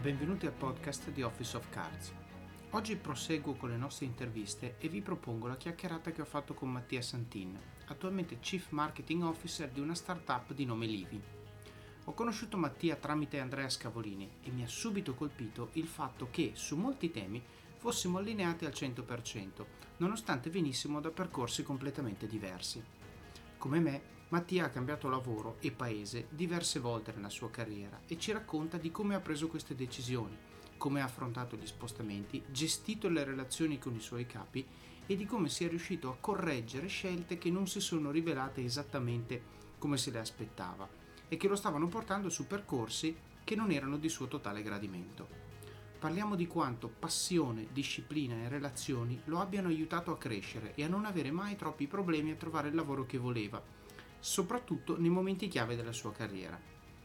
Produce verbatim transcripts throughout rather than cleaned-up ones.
benvenuti al podcast di Office of Cards. Oggi proseguo con le nostre interviste e vi propongo la chiacchierata che ho fatto con Mattia Santin, attualmente Chief Marketing Officer di una startup di nome Livy. Ho conosciuto Mattia tramite Andrea Scavolini e mi ha subito colpito il fatto che su molti temi fossimo allineati al cento per cento, nonostante venissimo da percorsi completamente diversi. Come me, Mattia ha cambiato lavoro e paese diverse volte nella sua carriera e ci racconta di come ha preso queste decisioni, come ha affrontato gli spostamenti, gestito le relazioni con i suoi capi e di come sia riuscito a correggere scelte che non si sono rivelate esattamente come se le aspettava e che lo stavano portando su percorsi che non erano di suo totale gradimento. Parliamo di quanto passione, disciplina e relazioni lo abbiano aiutato a crescere e a non avere mai troppi problemi a trovare il lavoro che voleva, soprattutto nei momenti chiave della sua carriera.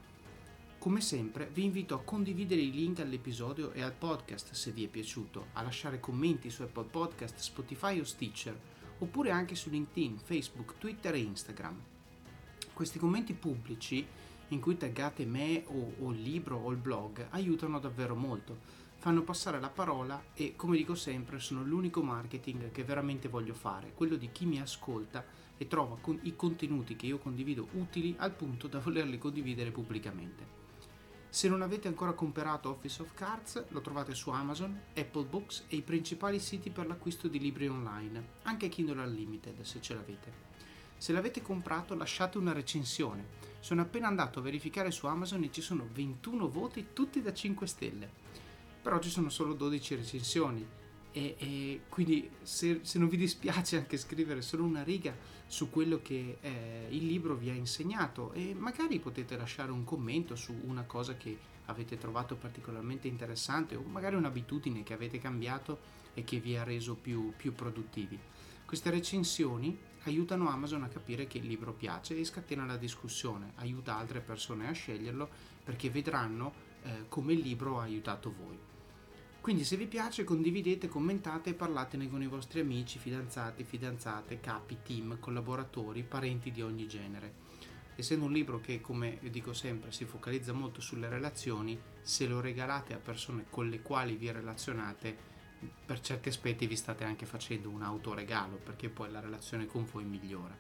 Come sempre vi invito a condividere i link all'episodio e al podcast se vi è piaciuto, a lasciare commenti su Apple Podcast, Spotify o Stitcher, oppure anche su LinkedIn, Facebook, Twitter e Instagram. Questi commenti pubblici in cui taggate me o, o il libro o il blog aiutano davvero molto, fanno passare la parola e, come dico sempre, sono l'unico marketing che veramente voglio fare, quello di chi mi ascolta e trova con i contenuti che io condivido utili al punto da volerli condividere pubblicamente. Se non avete ancora comprato Office of Cards, lo trovate su Amazon, Apple Books e i principali siti per l'acquisto di libri online, anche Kindle Unlimited se ce l'avete. Se l'avete comprato lasciate una recensione. Sono appena andato a verificare su Amazon e ci sono ventuno voti tutti da cinque stelle. Però ci sono solo dodici recensioni e, e quindi se, se non vi dispiace anche scrivere solo una riga su quello che eh, il libro vi ha insegnato e magari potete lasciare un commento su una cosa che avete trovato particolarmente interessante o magari un'abitudine che avete cambiato e che vi ha reso più, più produttivi. Queste recensioni aiutano Amazon a capire che il libro piace e scatena la discussione, aiuta altre persone a sceglierlo perché vedranno eh, come il libro ha aiutato voi. Quindi se vi piace condividete, commentate e parlatene con i vostri amici, fidanzati, fidanzate, capi, team, collaboratori, parenti di ogni genere. Essendo un libro che, come dico sempre, si focalizza molto sulle relazioni, se lo regalate a persone con le quali vi relazionate, per certi aspetti vi state anche facendo un autoregalo, perché poi la relazione con voi migliora.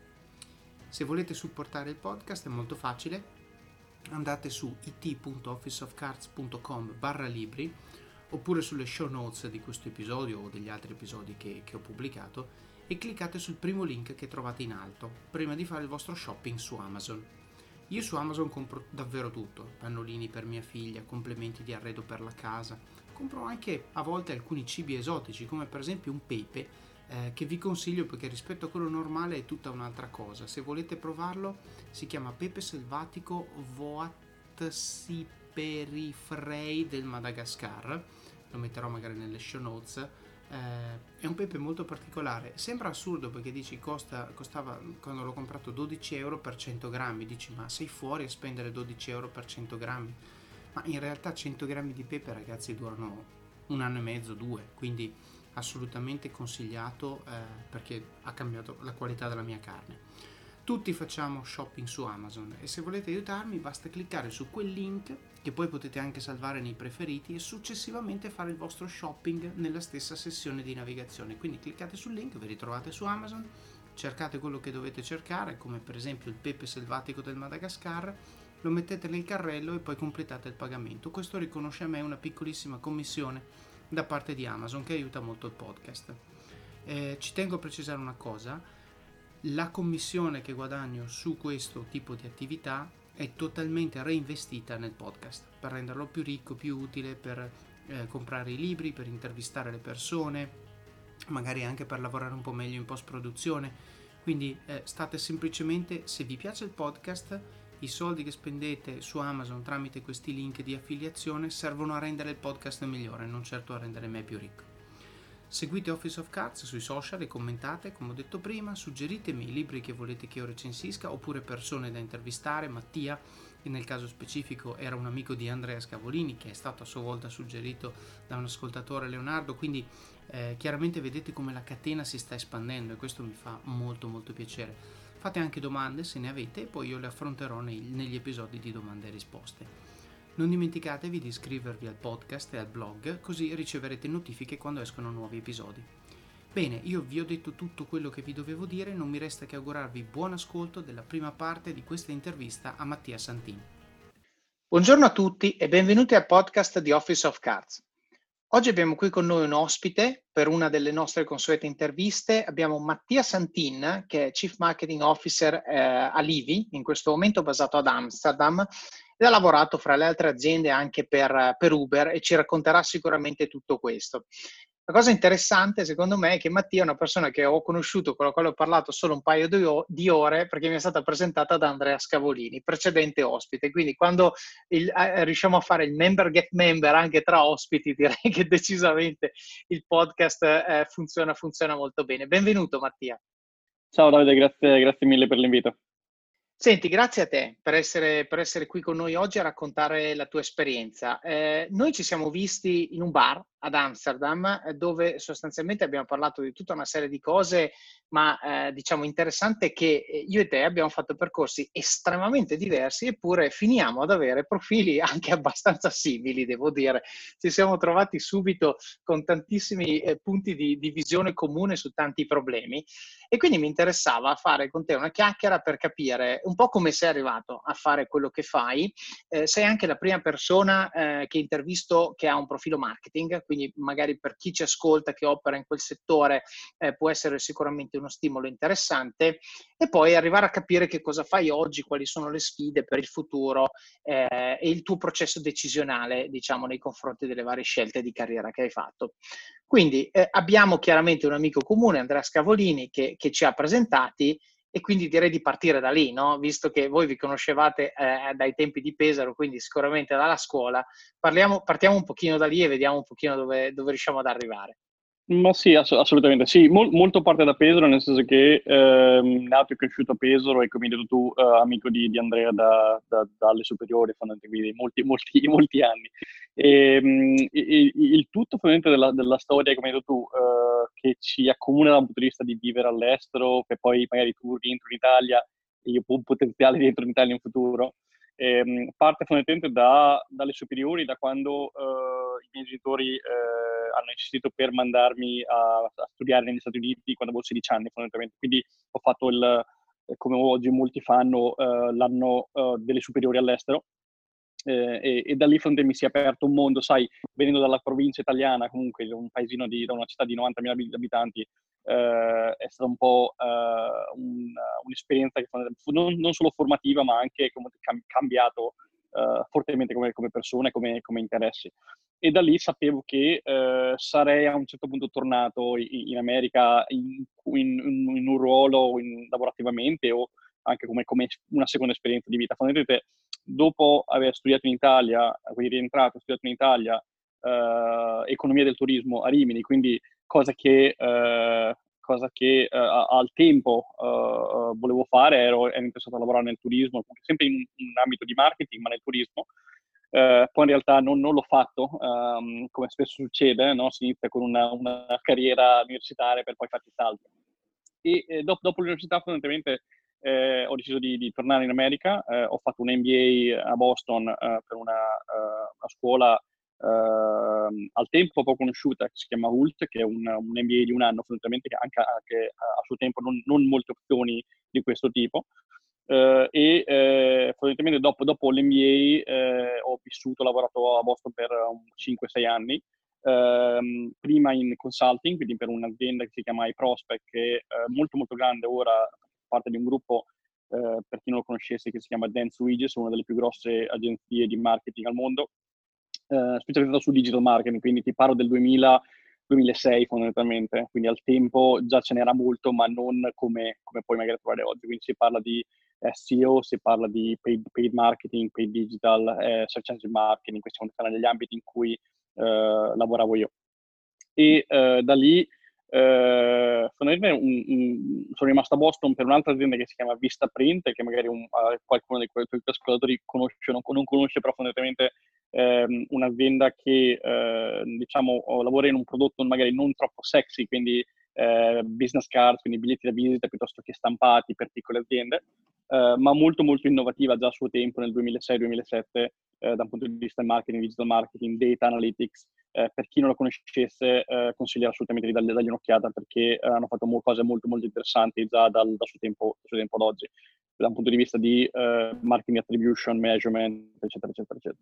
Se volete supportare il podcast è molto facile, andate su it.officeofcards.com barra libri oppure sulle show notes di questo episodio o degli altri episodi che, che ho pubblicato e cliccate sul primo link che trovate in alto prima di fare il vostro shopping su Amazon. Io su Amazon compro davvero tutto, pannolini per mia figlia, complementi di arredo per la casa, compro anche a volte alcuni cibi esotici come per esempio un pepe eh, che vi consiglio perché rispetto a quello normale è tutta un'altra cosa. Se volete provarlo si chiama pepe selvatico Voatsiperifrei del Madagascar, lo metterò magari nelle show notes. Eh, è un pepe molto particolare, sembra assurdo perché dici costa, costava quando l'ho comprato dodici euro per cento grammi, dici ma sei fuori a spendere dodici euro per cento grammi, ma in realtà cento grammi di pepe ragazzi durano un anno e mezzo, due, quindi assolutamente consigliato eh, perché ha cambiato la qualità della mia carne. Tutti facciamo shopping su Amazon e se volete aiutarmi basta cliccare su quel link che poi potete anche salvare nei preferiti e successivamente fare il vostro shopping nella stessa sessione di navigazione. Quindi cliccate sul link, vi ritrovate su Amazon, cercate quello che dovete cercare, come per esempio il pepe selvatico del Madagascar, lo mettete nel carrello e poi completate il pagamento. Questo riconosce a me una piccolissima commissione da parte di Amazon che aiuta molto il podcast. Eh, ci tengo a precisare una cosa. La commissione che guadagno su questo tipo di attività è totalmente reinvestita nel podcast per renderlo più ricco, più utile, per eh, comprare i libri, per intervistare le persone, magari anche per lavorare un po' meglio in post-produzione. Quindi eh, state semplicemente, se vi piace il podcast, i soldi che spendete su Amazon tramite questi link di affiliazione servono a rendere il podcast migliore, non certo a rendere me più ricco. Seguite Office of Cards sui social e commentate, come ho detto prima, suggeritemi i libri che volete che io recensisca oppure persone da intervistare. Mattia, che nel caso specifico era un amico di Andrea Scavolini, che è stato a sua volta suggerito da un ascoltatore, Leonardo, quindi eh, chiaramente vedete come la catena si sta espandendo e questo mi fa molto molto piacere. Fate anche domande se ne avete e poi io le affronterò nei, negli episodi di domande e risposte. Non dimenticatevi di iscrivervi al podcast e al blog, così riceverete notifiche quando escono nuovi episodi. Bene, io vi ho detto tutto quello che vi dovevo dire, non mi resta che augurarvi buon ascolto della prima parte di questa intervista a Mattia Santin. Buongiorno a tutti e benvenuti al podcast di Office of Cards. Oggi abbiamo qui con noi un ospite per una delle nostre consuete interviste. Abbiamo Mattia Santin, che è Chief Marketing Officer eh, a Livy, in questo momento basato ad Amsterdam, ed ha lavorato fra le altre aziende anche per, per Uber e ci racconterà sicuramente tutto questo. La cosa interessante secondo me è che Mattia è una persona che ho conosciuto, con la quale ho parlato solo un paio di ore, perché mi è stata presentata da Andrea Scavolini, precedente ospite. Quindi quando il, eh, riusciamo a fare il member get member anche tra ospiti, direi che decisamente il podcast eh, funziona, funziona molto bene. Benvenuto Mattia. Ciao Davide, grazie, grazie mille per l'invito. Senti, grazie a te per essere, per essere qui con noi oggi a raccontare la tua esperienza. Eh, noi ci siamo visti in un bar ad Amsterdam, eh, dove sostanzialmente abbiamo parlato di tutta una serie di cose, ma eh, diciamo interessante che io e te abbiamo fatto percorsi estremamente diversi, eppure finiamo ad avere profili anche abbastanza simili, devo dire. Ci siamo trovati subito con tantissimi eh, punti di, di visione comune su tanti problemi. E quindi mi interessava fare con te una chiacchiera per capire un po' come sei arrivato a fare quello che fai. Eh, sei anche la prima persona eh, che intervisto che ha un profilo marketing, quindi magari per chi ci ascolta che opera in quel settore eh, può essere sicuramente uno stimolo interessante. E poi arrivare a capire che cosa fai oggi, quali sono le sfide per il futuro eh, e il tuo processo decisionale, diciamo, nei confronti delle varie scelte di carriera che hai fatto. Quindi eh, abbiamo chiaramente un amico comune, Andrea Scavolini, che, che ci ha presentati e quindi direi di partire da lì, no? Visto che voi vi conoscevate eh, dai tempi di Pesaro, quindi sicuramente dalla scuola. Parliamo, partiamo un pochino da lì e vediamo un pochino dove, dove riusciamo ad arrivare. Ma sì, ass- assolutamente sì, Mol- molto parte da Pesaro, nel senso che ehm, nato e cresciuto a Pesaro e come hai detto tu, eh, amico di, di Andrea da- da- dalle superiori, fondamentalmente molti, molti, molti anni. E, mh, e- e- il tutto fondamentalmente della, della storia, come hai detto tu, eh, che ci accomuna da un punto di vista di vivere all'estero, che poi magari tu rientri in Italia e io ho un potenziale di rientro in Italia in futuro. Ehm, parte fondamentalmente da, dalle superiori, da quando eh, i miei genitori eh, hanno insistito per mandarmi a, a studiare negli Stati Uniti quando avevo sedici anni, fondamentalmente. Quindi ho fatto il, eh, come oggi molti fanno, eh, l'anno eh, delle superiori all'estero. Eh, e, e da lì fronte mi si è aperto un mondo, sai, venendo dalla provincia italiana, comunque un paesino di, da una città di novantamila abitanti, eh, è stata un po' eh, un, un'esperienza che non, non solo formativa, ma anche come, cam- cambiato eh, fortemente come, come persona e come, come interessi. E da lì sapevo che eh, sarei a un certo punto tornato in, in America in, in, in, un ruolo in, lavorativamente o anche come, come una seconda esperienza di vita. Fondamentalmente, dopo aver studiato in Italia, quindi rientrato, ho studiato in Italia eh, economia del turismo a Rimini, quindi cosa che, eh, cosa che eh, al tempo eh, volevo fare, ero, ero interessato a lavorare nel turismo, sempre in, in un ambito di marketing, ma nel turismo. Uh, poi in realtà non, non l'ho fatto, um, come spesso succede, no? Si inizia con una, una carriera universitaria per poi farci salto. E eh, dopo, dopo l'università fondamentalmente eh, ho deciso di, di tornare in America, eh, ho fatto un M B A a Boston eh, per una, uh, una scuola uh, al tempo poco conosciuta che si chiama U L T, che è un, un M B A di un anno fondamentalmente, che anche, anche a suo tempo non, non molte opzioni di questo tipo. Uh, e eh, fondamentalmente dopo, dopo l'M B A eh, ho vissuto, ho lavorato a Boston per um, cinque sei anni, uh, prima in consulting, quindi per un'azienda che si chiama iProspect, che è uh, molto molto grande ora, parte di un gruppo, uh, per chi non lo conoscesse, che si chiama Dentsu Aegis, una delle più grosse agenzie di marketing al mondo, uh, specializzata su digital marketing, quindi ti parlo del duemila duemilasei fondamentalmente, quindi al tempo già ce n'era molto, ma non come, come puoi magari trovare oggi, quindi si parla di S E O, si parla di paid, paid marketing, paid digital, eh, search engine marketing, questi sono gli ambiti in cui eh, lavoravo io. E eh, da lì eh, fondamentalmente un, un, sono rimasto a Boston per un'altra azienda che si chiama Vistaprint, che magari un, uh, qualcuno dei tuoi ascoltatori conosce o non, non conosce, però fondamentalmente ehm, un'azienda che eh, diciamo lavora in un prodotto magari non troppo sexy, quindi eh, business cards, quindi biglietti da visita piuttosto che stampati per piccole aziende. uh, ma molto molto innovativa già a suo tempo nel duemilasei duemilasette, uh, da un punto di vista del marketing, digital marketing, data analytics. Uh, per chi non lo conoscesse, uh, consiglio assolutamente di dargli, dargli un'occhiata, perché uh, hanno fatto mo- cose molto molto interessanti già dal, dal, suo tempo, dal suo tempo ad oggi, da un punto di vista di uh, marketing attribution, measurement, eccetera, eccetera, eccetera.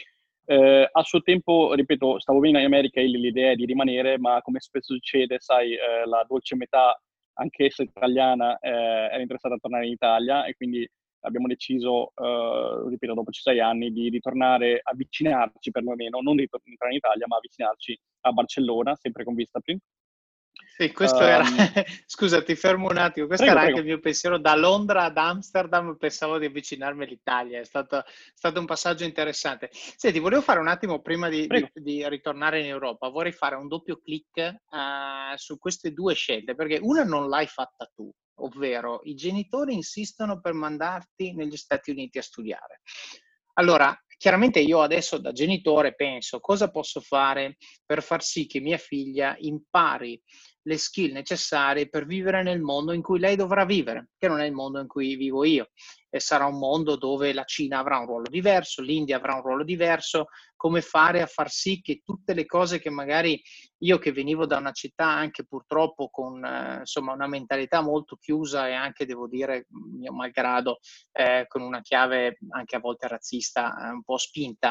Eh, a suo tempo, ripeto, stavo bene in America e l'idea è di rimanere, ma come spesso succede, sai, eh, la dolce metà, anche se italiana, eh, era interessata a tornare in Italia, e quindi abbiamo deciso, eh, ripeto, dopo sei anni, di ritornare, avvicinarci perlomeno, non di tornare in Italia, ma avvicinarci a Barcellona, sempre con Vistaprint. Sì, questo era, Um, scusa, ti fermo un attimo, questo prego, era prego. anche il mio pensiero. Da Londra ad Amsterdam pensavo di avvicinarmi all'Italia, è stato, stato un passaggio interessante. Senti, volevo fare un attimo, prima di, di, di ritornare in Europa, vorrei fare un doppio clic uh, su queste due scelte, perché una non l'hai fatta tu, ovvero i genitori insistono per mandarti negli Stati Uniti a studiare. Allora, chiaramente io adesso da genitore penso cosa posso fare per far sì che mia figlia impari le skill necessarie per vivere nel mondo in cui lei dovrà vivere, che non è il mondo in cui vivo io. E sarà un mondo dove la Cina avrà un ruolo diverso, l'India avrà un ruolo diverso. Come fare a far sì che tutte le cose che magari io, che venivo da una città anche purtroppo con eh, insomma una mentalità molto chiusa e anche, devo dire, mio malgrado, eh, con una chiave anche a volte razzista, eh, un po' spinta,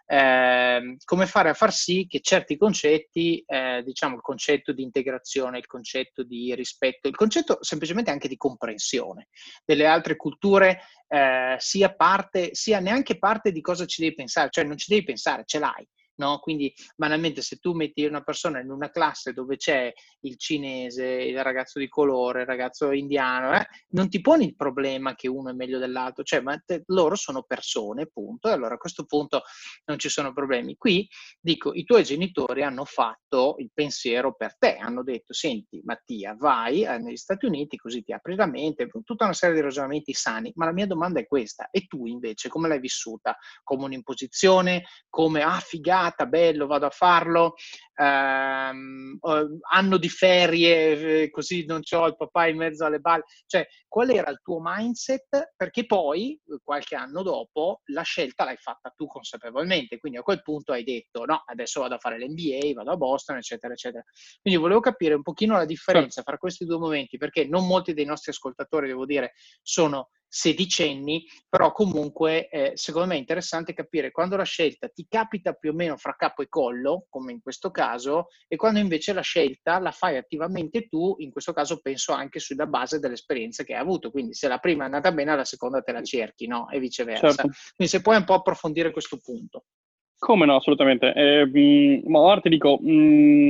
eh, come fare a far sì che certi concetti, eh, diciamo il concetto di integrazione, il concetto di rispetto, il concetto semplicemente anche di comprensione delle altre culture, eh, sia parte, sia neanche parte di cosa ci devi pensare, cioè non ci devi pensare, ce l'hai. No? Quindi banalmente, se tu metti una persona in una classe dove c'è il cinese, il ragazzo di colore, il ragazzo indiano, eh, non ti poni il problema che uno è meglio dell'altro, cioè ma te, loro sono persone, punto, e allora a questo punto non ci sono problemi. Qui dico, i tuoi genitori hanno fatto il pensiero per te, hanno detto: senti Mattia, vai negli Stati Uniti così ti apri la mente, tutta una serie di ragionamenti sani, ma la mia domanda è questa: e tu invece come l'hai vissuta? Come un'imposizione? Come ah figata, bello, vado a farlo, ehm, anno di ferie, eh, così non c'ho il papà in mezzo alle balle, cioè qual era il tuo mindset? Perché poi qualche anno dopo la scelta l'hai fatta tu consapevolmente, quindi a quel punto hai detto no, adesso vado a fare l'M B A, vado a Boston, eccetera eccetera. Quindi volevo capire un pochino la differenza fra questi due momenti, perché non molti dei nostri ascoltatori, devo dire, sono sedicenni, però comunque eh, secondo me è interessante capire quando la scelta ti capita più o meno fra capo e collo, come in questo caso, e quando invece la scelta la fai attivamente tu, in questo caso penso anche sulla base delle esperienze che hai avuto, quindi se la prima è andata bene, la seconda te la cerchi, no? E viceversa. Certo. Quindi se puoi un po' approfondire questo punto. Come no, assolutamente. Eh, mh, ma ora ti dico, mh,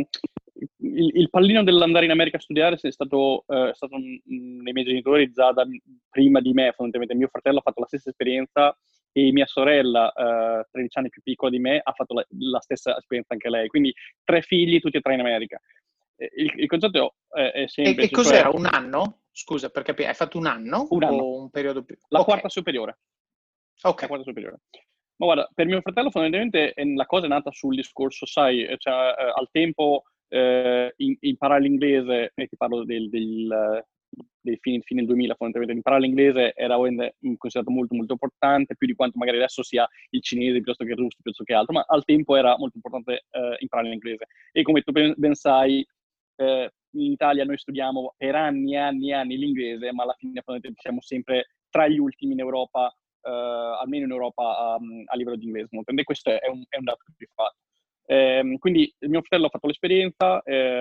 il, il pallino dell'andare in America a studiare è stato, eh, è stato un, un dei miei genitori già da, prima di me, fondamentalmente. Mio fratello ha fatto la stessa esperienza e mia sorella, eh, tredici anni più piccola di me, ha fatto la, la stessa esperienza anche lei. Quindi tre figli, tutti e tre in America. Eh, il, il concetto è, è E, semplice. e cos'era? Cioè, Un anno? Scusa, per capire, hai fatto un anno un anno. o un periodo più? La Ok. quarta superiore. Ok. La quarta superiore. Ma guarda, per mio fratello fondamentalmente la cosa è nata sul discorso, sai, cioè, eh, al tempo eh, in, imparare l'inglese, e ti parlo del, del, dei fine, fine del duemila, fondamentalmente imparare l'inglese era considerato molto molto importante, più di quanto magari adesso sia il cinese piuttosto che il russo, piuttosto che altro, ma al tempo era molto importante eh, imparare l'inglese. E come tu ben, ben sai, eh, in Italia noi studiamo per anni e anni e anni l'inglese, ma alla fine fondamentalmente siamo sempre tra gli ultimi in Europa, Uh, almeno in Europa um, a livello di inglese. E questo è un, è un dato di fatto. Eh, quindi il mio fratello ha fatto l'esperienza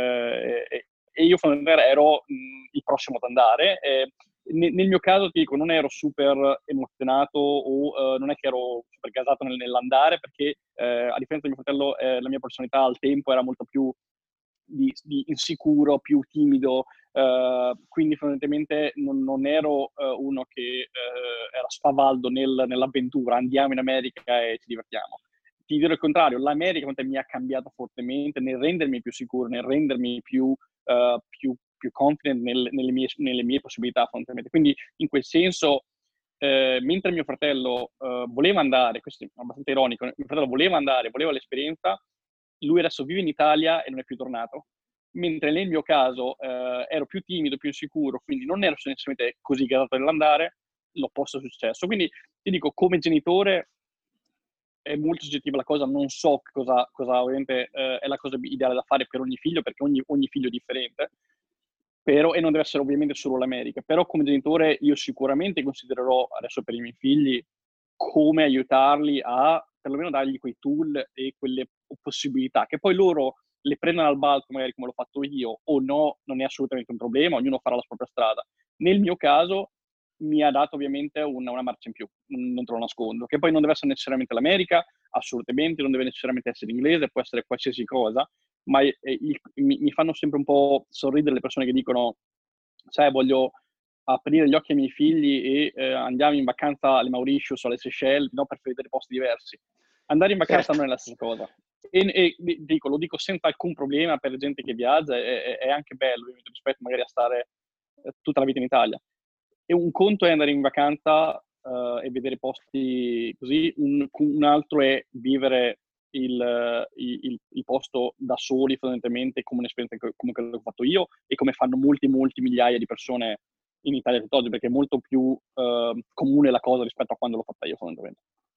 eh, e, e io ero mh, il prossimo ad andare. Eh, nel, nel mio caso, ti dico, non ero super emozionato o uh, non è che ero super gasato nel, nell'andare, perché eh, a differenza di mio fratello eh, la mia personalità al tempo era molto più Di, di insicuro, più timido, uh, quindi fondamentalmente non, non ero uh, uno che uh, era spavaldo nel, nell'avventura, andiamo in America e ci divertiamo. Ti dirò il contrario, l'America mi ha cambiato fortemente nel rendermi più sicuro, nel rendermi più, uh, più, più confident nel, nelle, mie, nelle mie possibilità fondamentalmente. Quindi in quel senso, eh, mentre mio fratello uh, voleva andare, questo è abbastanza ironico, mio fratello voleva andare, voleva l'esperienza, lui adesso vive in Italia e non è più tornato. Mentre nel mio caso eh, ero più timido, più sicuro, quindi non ero necessariamente così gasato nell'andare, l'opposto è successo. Quindi ti dico, come genitore è molto soggettiva la cosa, non so cosa, cosa ovviamente eh, è la cosa ideale da fare per ogni figlio, perché ogni, ogni figlio è differente, però, e non deve essere ovviamente solo l'America, però come genitore io sicuramente considererò adesso per i miei figli come aiutarli a perlomeno dargli quei tool e quelle possibilità, che poi loro le prendano al balzo magari come l'ho fatto io o no, non è assolutamente un problema, ognuno farà la propria strada. Nel mio caso mi ha dato ovviamente una, una marcia in più, non te lo nascondo, che poi non deve essere necessariamente l'America, assolutamente, non deve necessariamente essere l'inglese, può essere qualsiasi cosa, ma eh, il, mi, mi fanno sempre un po' sorridere le persone che dicono, sai, voglio aprire gli occhi ai miei figli e eh, andiamo in vacanza alle Mauritius o alle Seychelles, no, per vedere posti diversi. Andare in vacanza Certo. non è la stessa cosa. E, e dico, lo dico senza alcun problema per gente che viaggia, è, è anche bello, ovviamente, rispetto magari a stare eh, tutta la vita in Italia. E un conto è andare in vacanza uh, e vedere posti così, un, un altro è vivere il, il, il posto da soli fondamentalmente, come un'esperienza come quello che ho fatto io e come fanno molti, molti migliaia di persone in Italia tutt'oggi, perché è molto più uh, comune la cosa rispetto a quando l'ho fatta io fondamentalmente.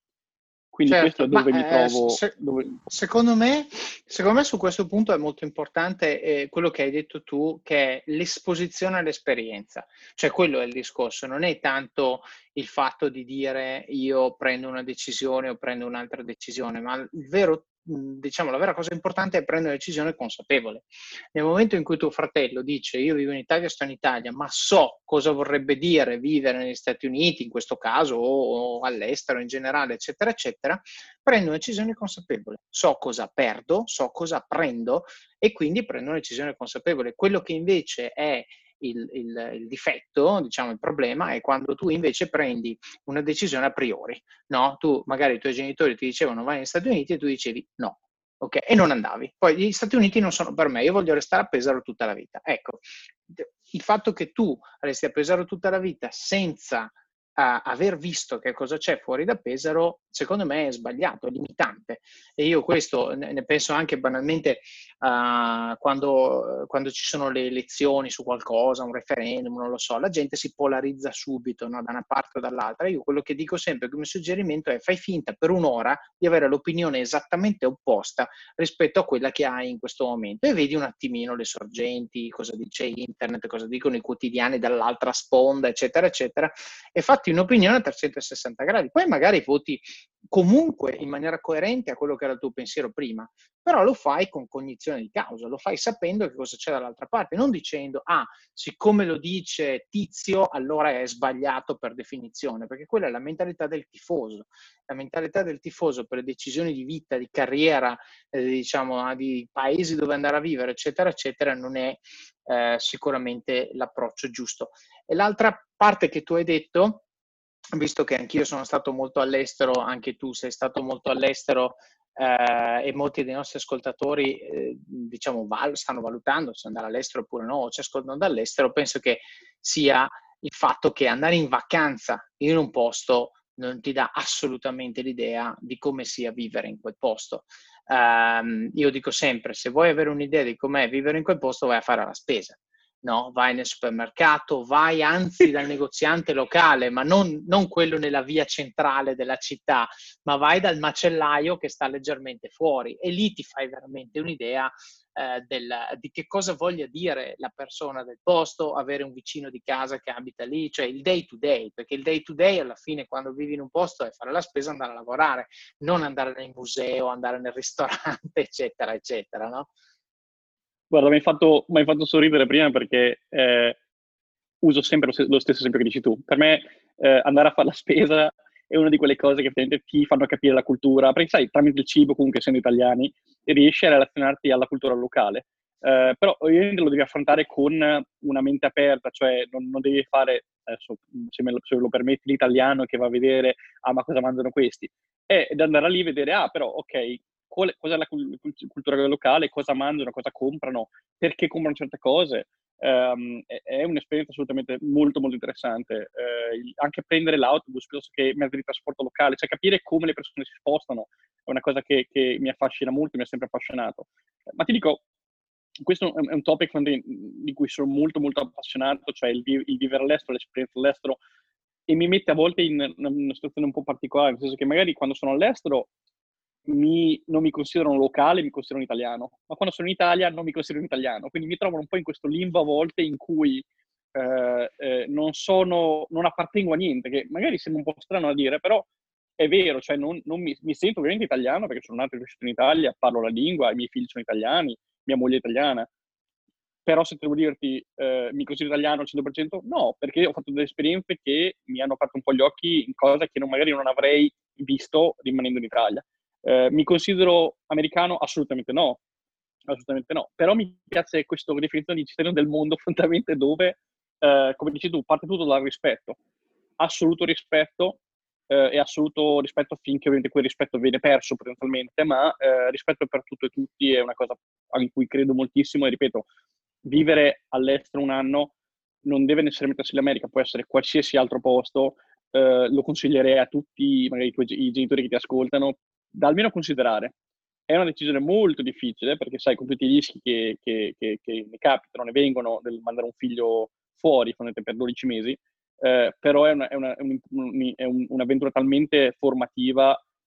Quindi certo, questo è dove ma, mi eh, trovo... se, dove... secondo me, secondo me su questo punto è molto importante eh, quello che hai detto tu, che è l'esposizione all'esperienza. Cioè quello è il discorso, non è tanto il fatto di dire io prendo una decisione o prendo un'altra decisione, ma il vero, diciamo, la vera cosa importante è prendere una decisione consapevole. Nel momento in cui tuo fratello dice io vivo in Italia, sto in Italia, ma so cosa vorrebbe dire vivere negli Stati Uniti, in questo caso, o, o all'estero in generale, eccetera, eccetera, prendo una decisione consapevole. So cosa perdo, so cosa prendo e quindi prendo una decisione consapevole. Quello che invece è Il, il, il difetto, diciamo il problema, è quando tu invece prendi una decisione a priori, no? Tu magari i tuoi genitori ti dicevano vai negli Stati Uniti e tu dicevi no, ok? E non andavi. Poi gli Stati Uniti non sono per me, io voglio restare a Pesaro tutta la vita. Ecco, il fatto che tu resti a Pesaro tutta la vita senza a aver visto che cosa c'è fuori da Pesaro, secondo me è sbagliato, è limitante. E io questo ne, ne penso anche banalmente uh, quando, quando ci sono le elezioni su qualcosa, un referendum, non lo so, la gente si polarizza subito, no? Da una parte o dall'altra. Io quello che dico sempre come suggerimento è fai finta per un'ora di avere l'opinione esattamente opposta rispetto a quella che hai in questo momento e vedi un attimino le sorgenti, cosa dice internet, cosa dicono i quotidiani dall'altra sponda, eccetera, eccetera, e fatti un'opinione a trecentosessanta gradi. Poi magari voti comunque in maniera coerente a quello che era il tuo pensiero prima, però lo fai con cognizione di causa, lo fai sapendo che cosa c'è dall'altra parte, non dicendo ah, siccome lo dice Tizio allora è sbagliato per definizione, perché quella è la mentalità del tifoso. La mentalità del tifoso per le decisioni di vita, di carriera, eh, diciamo, di paesi dove andare a vivere, eccetera, eccetera, non è eh, sicuramente l'approccio giusto. E l'altra parte che tu hai detto, visto che anch'io sono stato molto all'estero, anche tu sei stato molto all'estero eh, e molti dei nostri ascoltatori eh, diciamo val- stanno valutando se andare all'estero oppure no, o ci ascoltano dall'estero, penso che sia il fatto che andare in vacanza in un posto non ti dà assolutamente l'idea di come sia vivere in quel posto. Um, io dico sempre, se vuoi avere un'idea di com'è vivere in quel posto, vai a fare la spesa. No, vai nel supermercato, vai anzi dal negoziante locale, ma non, non quello nella via centrale della città, ma vai dal macellaio che sta leggermente fuori e lì ti fai veramente un'idea eh, del, di che cosa voglia dire la persona del posto, avere un vicino di casa che abita lì, cioè il day to day, perché il day to day alla fine quando vivi in un posto è fare la spesa, andare a lavorare, non andare nel museo, andare nel ristorante, eccetera, eccetera, no? Guarda, mi hai fatto, mi hai fatto sorridere prima perché eh, uso sempre lo, lo stesso esempio che dici tu. Per me eh, andare a fare la spesa è una di quelle cose che effettivamente ti fanno capire la cultura, perché sai, tramite il cibo, comunque essendo italiani, riesci a relazionarti alla cultura locale. Eh, però ovviamente lo devi affrontare con una mente aperta, cioè non, non devi fare, adesso, se, me lo, se me lo permetti, l'italiano che va a vedere, ah ma cosa mangiano questi? E ed andare lì e vedere, ah però ok, qual, cos'è la cultura locale, cosa mangiano, cosa comprano, perché comprano certe cose. Um, è, è un'esperienza assolutamente molto molto interessante. Uh, anche prendere l'autobus piuttosto che mezzi di trasporto locale, cioè capire come le persone si spostano è una cosa che, che mi affascina molto, mi ha sempre affascinato. Ma ti dico, questo è un topic di cui sono molto molto appassionato, cioè il, il vivere all'estero, l'esperienza all'estero. e mi mette a volte in una, una situazione un po' particolare, nel senso che magari quando sono all'estero mi, non mi considerano locale, mi considerano italiano, ma quando sono in Italia non mi considerano italiano, quindi mi trovo un po' in questo limbo a volte in cui eh, eh, non sono, non appartengo a niente, che magari sembra un po' strano da dire, però è vero, cioè non, non mi, mi sento ovviamente italiano perché sono nato e cresciuto in Italia, parlo la lingua, i miei figli sono italiani, mia moglie è italiana, però se devo dirti eh, mi considero italiano al cento per cento, no, perché ho fatto delle esperienze che mi hanno aperto un po' gli occhi in cose che non, magari non avrei visto rimanendo in Italia. Eh, mi considero americano? Assolutamente no, assolutamente no, però mi piace questa definizione di cittadino del mondo fondamentalmente dove, eh, come dici tu, parte tutto dal rispetto, assoluto rispetto, eh, e assoluto rispetto finché ovviamente quel rispetto viene perso potenzialmente, ma eh, rispetto per tutto e tutti è una cosa in cui credo moltissimo e ripeto, vivere all'estero un anno non deve necessariamente essere l'America, può essere qualsiasi altro posto, eh, lo consiglierei a tutti magari i tuoi i genitori che ti ascoltano, da almeno considerare. È una decisione molto difficile perché sai con tutti i rischi che, che, che, che ne capitano, ne vengono del mandare un figlio fuori per dodici mesi, eh, però è, una, è, una, è, un, è un, un'avventura talmente formativa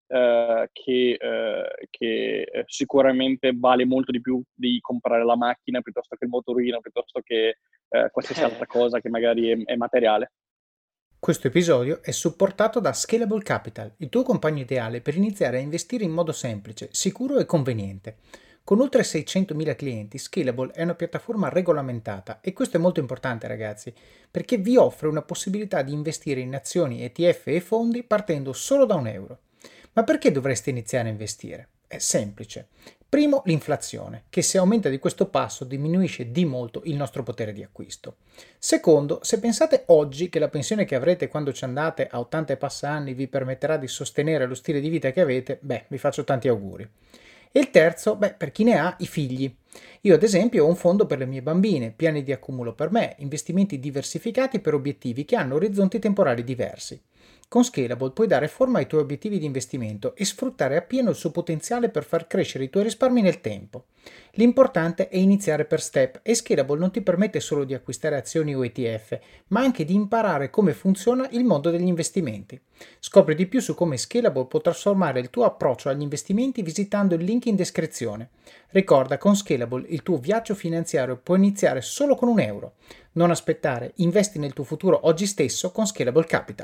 eh, che, eh, che sicuramente vale molto di più di comprare la macchina piuttosto che il motorino, piuttosto che eh, qualsiasi Eh. altra cosa che magari è, è materiale. Questo episodio è supportato da Scalable Capital, il tuo compagno ideale per iniziare a investire in modo semplice, sicuro e conveniente. Con oltre seicentomila clienti, Scalable è una piattaforma regolamentata e questo è molto importante ragazzi, perché vi offre una possibilità di investire in azioni, E T F e fondi partendo solo da un euro. Ma perché dovreste iniziare a investire? È semplice. Primo, l'inflazione, che se aumenta di questo passo diminuisce di molto il nostro potere di acquisto. Secondo, se pensate oggi che la pensione che avrete quando ci andate a ottanta e passa anni vi permetterà di sostenere lo stile di vita che avete, beh, vi faccio tanti auguri. E il terzo, beh, per chi ne ha, i figli. Io ad esempio ho un fondo per le mie bambine, piani di accumulo per me, investimenti diversificati per obiettivi che hanno orizzonti temporali diversi. Con Scalable puoi dare forma ai tuoi obiettivi di investimento e sfruttare appieno il suo potenziale per far crescere i tuoi risparmi nel tempo. L'importante è iniziare per step e Scalable non ti permette solo di acquistare azioni o E T F, ma anche di imparare come funziona il mondo degli investimenti. Scopri di più su come Scalable può trasformare il tuo approccio agli investimenti visitando il link in descrizione. Ricorda, con Scalable il tuo viaggio finanziario può iniziare solo con un euro. Non aspettare, investi nel tuo futuro oggi stesso con Scalable Capital.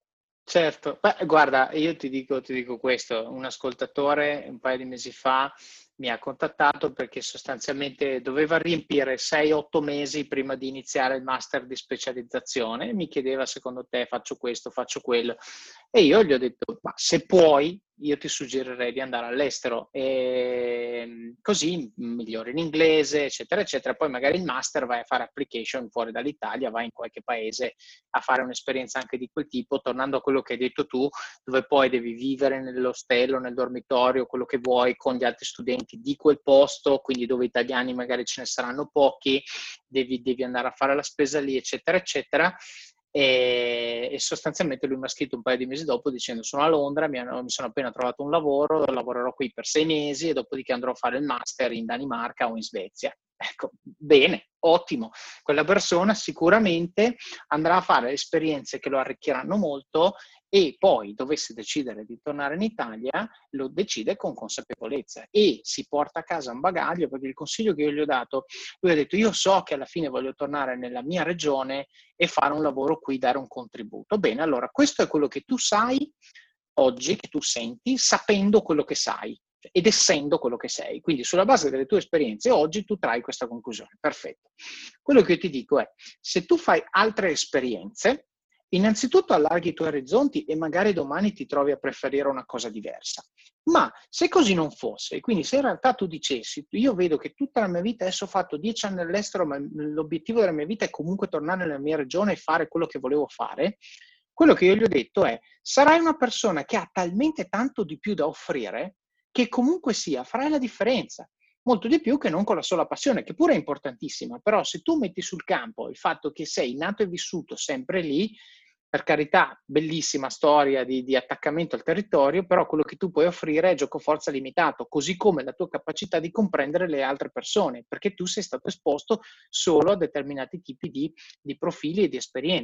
Certo, beh, guarda, io ti dico, ti dico questo, un ascoltatore un paio di mesi fa mi ha contattato perché sostanzialmente doveva riempire sei otto mesi prima di iniziare il master di specializzazione, mi chiedeva secondo te faccio questo, faccio quello e io gli ho detto ma se puoi io ti suggerirei di andare all'estero e così migliori l'inglese eccetera eccetera, poi magari il master vai a fare application fuori dall'Italia, vai in qualche paese a fare un'esperienza anche di quel tipo, tornando a quello che hai detto tu, dove poi devi vivere nell'ostello, nel dormitorio, quello che vuoi con gli altri studenti di quel posto, quindi dove italiani magari ce ne saranno pochi, devi, devi andare a fare la spesa lì, eccetera, eccetera. E, e sostanzialmente lui mi ha scritto un paio di mesi dopo dicendo sono a Londra, mi, hanno, mi sono appena trovato un lavoro, lavorerò qui per sei mesi e dopodiché andrò a fare il master in Danimarca o in Svezia. Ecco, bene, ottimo. Quella persona sicuramente andrà a fare esperienze che lo arricchiranno molto e poi dovesse decidere di tornare in Italia, lo decide con consapevolezza e si porta a casa un bagaglio, perché il consiglio che io gli ho dato, lui ha detto io so che alla fine voglio tornare nella mia regione e fare un lavoro qui, dare un contributo. Bene, allora questo è quello che tu sai oggi, che tu senti, sapendo quello che sai ed essendo quello che sei. Quindi sulla base delle tue esperienze oggi tu trai questa conclusione. Perfetto. Quello che io ti dico è, se tu fai altre esperienze, innanzitutto allarghi i tuoi orizzonti e magari domani ti trovi a preferire una cosa diversa. Ma se così non fosse, quindi se in realtà tu dicessi, io vedo che tutta la mia vita, adesso ho fatto dieci anni all'estero, ma l'obiettivo della mia vita è comunque tornare nella mia regione e fare quello che volevo fare, quello che io gli ho detto è, sarai una persona che ha talmente tanto di più da offrire che comunque sia, farai la differenza. Molto di più che non con la sola passione, che pure è importantissima, però se tu metti sul campo il fatto che sei nato e vissuto sempre lì, per carità, bellissima storia di, di attaccamento al territorio, però quello che tu puoi offrire è giocoforza limitato, così come la tua capacità di comprendere le altre persone, perché tu sei stato esposto solo a determinati tipi di, di profili e di esperienze.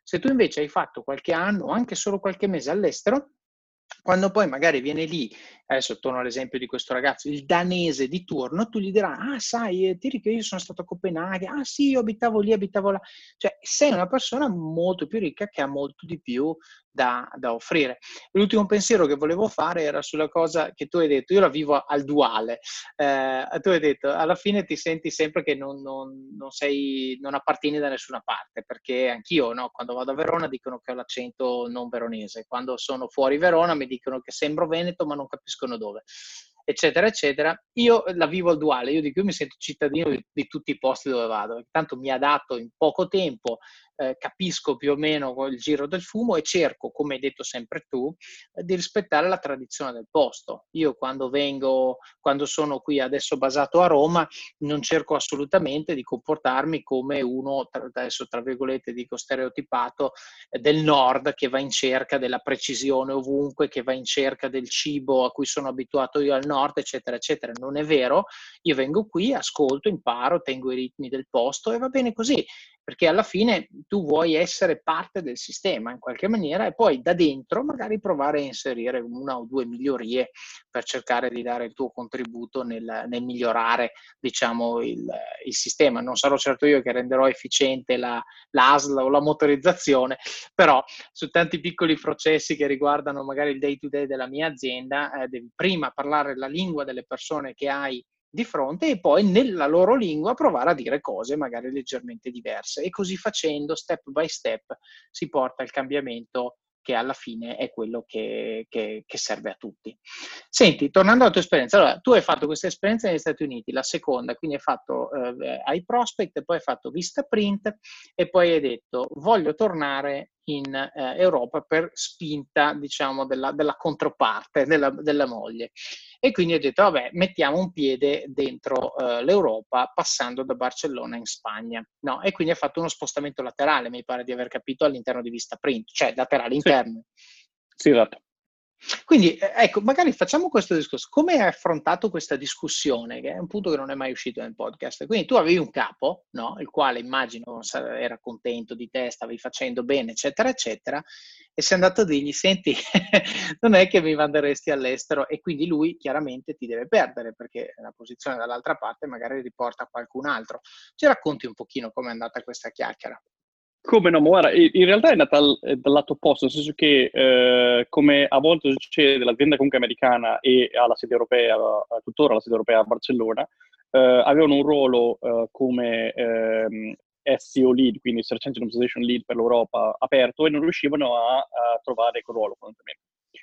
Se tu invece hai fatto qualche anno o anche solo qualche mese all'estero, quando poi magari viene lì, adesso torno all'esempio di questo ragazzo, il danese di turno, tu gli dirai, ah sai, ti ricordi che io sono stato a Copenaghen, ah sì, io abitavo lì, abitavo là. Cioè sei una persona molto più ricca che ha molto di più da, da offrire. L'ultimo pensiero che volevo fare era sulla cosa che tu hai detto, io la vivo al duale, eh, tu hai detto, alla fine ti senti sempre che non, non, non sei, non appartieni da nessuna parte, perché anch'io, no, quando vado a Verona dicono che ho l'accento non veronese, quando sono fuori Verona mi dicono che sembro veneto ma non capiscono dove, eccetera eccetera. Io la vivo al duale, io dico io mi sento cittadino di, di tutti i posti dove vado, tanto mi adatto in poco tempo, eh, capisco più o meno il giro del fumo e cerco, come hai detto sempre tu, eh, di rispettare la tradizione del posto. Io quando vengo, quando sono qui adesso basato a Roma, non cerco assolutamente di comportarmi come uno, tra, adesso tra virgolette dico stereotipato, eh, del nord che va in cerca della precisione ovunque, che va in cerca del cibo a cui sono abituato io al nord, eccetera, eccetera. Non è vero, io vengo qui, ascolto, imparo, tengo i ritmi del posto e va bene così, perché alla fine tu vuoi essere parte del sistema in qualche maniera e poi da dentro magari provare a inserire una o due migliorie per cercare di dare il tuo contributo nel, nel migliorare, diciamo, il, il sistema. Non sarò certo io che renderò efficiente la, l'A S L o la motorizzazione, però su tanti piccoli processi che riguardano magari il day to day della mia azienda, eh, devi prima parlare la lingua delle persone che hai di fronte e poi nella loro lingua provare a dire cose magari leggermente diverse e così facendo step by step si porta al cambiamento che alla fine è quello che, che, che serve a tutti. Senti, tornando alla tua esperienza, allora tu hai fatto questa esperienza negli Stati Uniti, la seconda, quindi hai fatto eh, iProspect, poi hai fatto Vistaprint e poi hai detto voglio tornare in eh, Europa per spinta, diciamo, della, della controparte, della, della moglie. E quindi ho detto, vabbè, mettiamo un piede dentro uh, l'Europa passando da Barcellona in Spagna. No? E quindi ha fatto uno spostamento laterale, mi pare di aver capito, all'interno di Vistaprint, cioè laterale interno. Sì, esatto. Quindi, ecco, magari facciamo questo discorso. Come hai affrontato questa discussione, che è un punto che non è mai uscito nel podcast? Quindi tu avevi un capo, no? Il quale immagino era contento di te, stavi facendo bene, eccetera, eccetera, e sei andato a dirgli, senti, non è che mi manderesti all'estero, e quindi lui chiaramente ti deve perdere, perché la posizione dall'altra parte magari riporta qualcun altro. Ci racconti un pochino com'è andata questa chiacchiera? Come no, ma guarda, in realtà è nata dal, dal lato opposto, nel senso che eh, come a volte succede, l'azienda comunque americana e ha la sede europea, tuttora la sede europea a Barcellona, eh, avevano un ruolo eh, come ehm, S E O lead, quindi Search Engine Optimization lead per l'Europa aperto e non riuscivano a, a trovare quel ruolo fondamentalmente.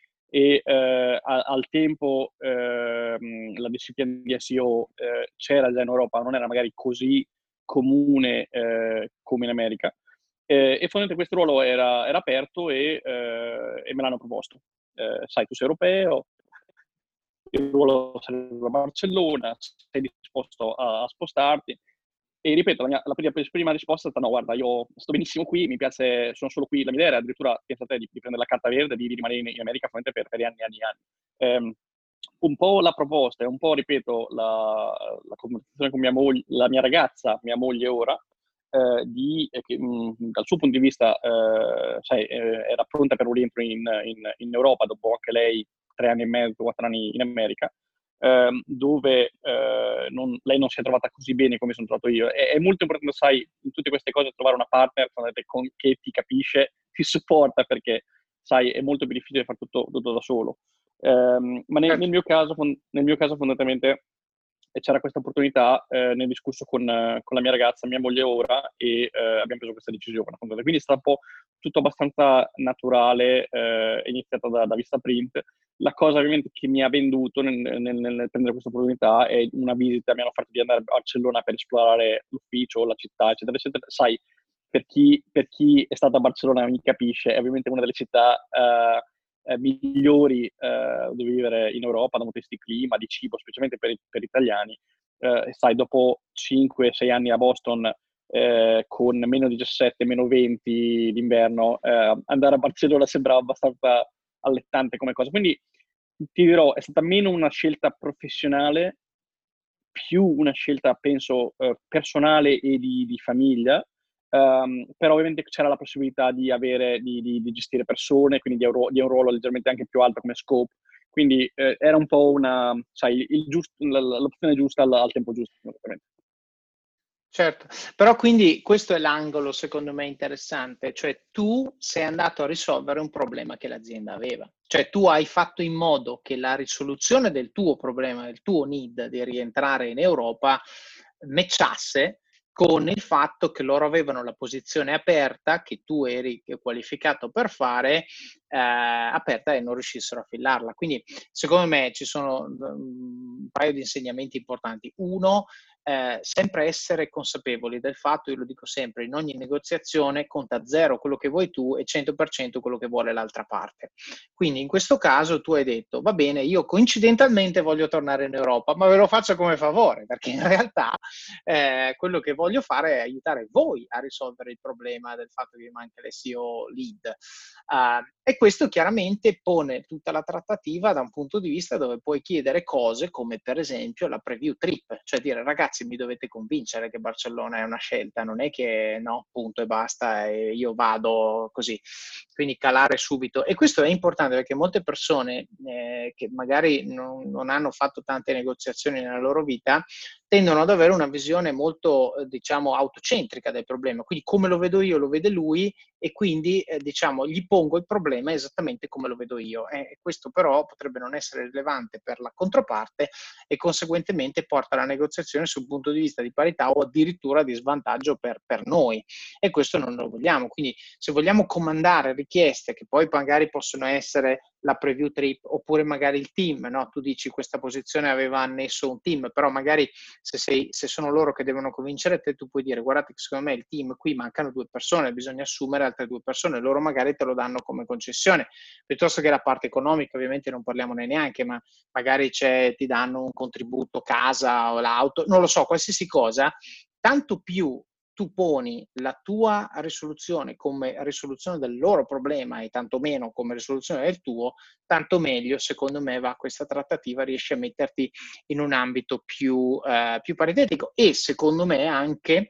E eh, a, al tempo ehm, la disciplina di S E O eh, c'era già in Europa, non era magari così comune eh, come in America. Eh, e fondamentalmente questo ruolo era, era aperto e, eh, e me l'hanno proposto. Eh, sai, tu sei europeo, il ruolo sarebbe a Barcellona, sei disposto a, a spostarti. E ripeto, la, mia, la prima, prima risposta è stata no, guarda, io sto benissimo qui, mi piace, sono solo qui, la mia idea era addirittura, pensate, di, di prendere la carta verde, di, di rimanere in, in America per, per anni e anni e anni. Eh, un po' la proposta e un po', ripeto, la, la conversazione con mia moglie, la mia ragazza, mia moglie ora, eh, di, eh, che, mh, dal suo punto di vista eh, sai, eh, era pronta per un rientro in, in, in Europa, dopo anche lei tre anni e mezzo, quattro anni in America, eh, dove eh, non, lei non si è trovata così bene come sono trovato io. È, è molto importante, sai, in tutte queste cose trovare una partner con, che ti capisce, ti supporta, perché, sai, è molto più difficile fare tutto, tutto da solo. Um, ma nel, nel, mio caso, nel mio caso fondamentalmente c'era questa opportunità, eh, ne ho discusso con, con la mia ragazza, mia moglie ora, e eh, abbiamo preso questa decisione. Quindi è stato un po' tutto abbastanza naturale, eh, iniziato da, da Vistaprint. La cosa ovviamente che mi ha venduto nel, nel, nel prendere questa opportunità è una visita, mi hanno fatto di andare a Barcellona per esplorare l'ufficio, la città, eccetera, eccetera. Sai, per chi, per chi è stato a Barcellona mi capisce, è ovviamente una delle città eh, eh, migliori eh, dove vivere in Europa, da un punto di vista di clima, di cibo, specialmente per, per gli italiani. Eh, sai, dopo cinque sei anni a Boston, eh, con meno diciassette, meno venti d'inverno, eh, andare a Barcellona sembrava abbastanza allettante come cosa. Quindi ti dirò, è stata meno una scelta professionale, più una scelta, penso, eh, personale e di, di famiglia, Um, però ovviamente c'era la possibilità di avere, di, di, di gestire persone, quindi di un, ruolo, di un ruolo leggermente anche più alto come scope, quindi eh, era un po' una, sai, il giust, l'opzione giusta al, al tempo giusto, ovviamente. Certo, però quindi questo è l'angolo secondo me interessante, cioè tu sei andato a risolvere un problema che l'azienda aveva, cioè tu hai fatto in modo che la risoluzione del tuo problema, del tuo need di rientrare in Europa matchasse con il fatto che loro avevano la posizione aperta, che tu eri qualificato per fare, eh, aperta e non riuscissero a fillarla. Quindi secondo me ci sono un paio di insegnamenti importanti. Uno, Eh, sempre essere consapevoli del fatto, io lo dico sempre, in ogni negoziazione conta zero quello che vuoi tu e cento per cento quello che vuole l'altra parte. Quindi in questo caso tu hai detto, va bene, io coincidentalmente voglio tornare in Europa, ma ve lo faccio come favore, perché in realtà eh, quello che voglio fare è aiutare voi a risolvere il problema del fatto che vi manca l'S E O lead. Uh, e questo chiaramente pone tutta la trattativa da un punto di vista dove puoi chiedere cose come per esempio la preview trip, cioè dire ragazzi mi dovete convincere che Barcellona è una scelta, non è che no, punto e basta e io vado così, quindi calare subito. E questo è importante perché molte persone eh, che magari non, non hanno fatto tante negoziazioni nella loro vita tendono ad avere una visione molto, eh, diciamo, autocentrica del problema. Quindi come lo vedo io, lo vede lui e quindi, eh, diciamo, gli pongo il problema esattamente come lo vedo io. E questo però potrebbe non essere rilevante per la controparte e conseguentemente porta la negoziazione sul punto di vista di parità o addirittura di svantaggio per, per noi. E questo non lo vogliamo. Quindi se vogliamo comandare richieste che poi magari possono essere la preview trip oppure magari il team, no? Tu dici questa posizione aveva annesso un team, però magari se, sei, se sono loro che devono convincere te, tu puoi dire guardate che secondo me il team qui mancano due persone, bisogna assumere altre due persone, loro magari te lo danno come concessione, piuttosto che la parte economica ovviamente non parliamone neanche, ma magari c'è, ti danno un contributo casa o l'auto, non lo so, qualsiasi cosa, tanto più tu poni la tua risoluzione come risoluzione del loro problema e tanto meno come risoluzione del tuo, tanto meglio secondo me va questa trattativa, riesci a metterti in un ambito più, eh, più paritetico e secondo me anche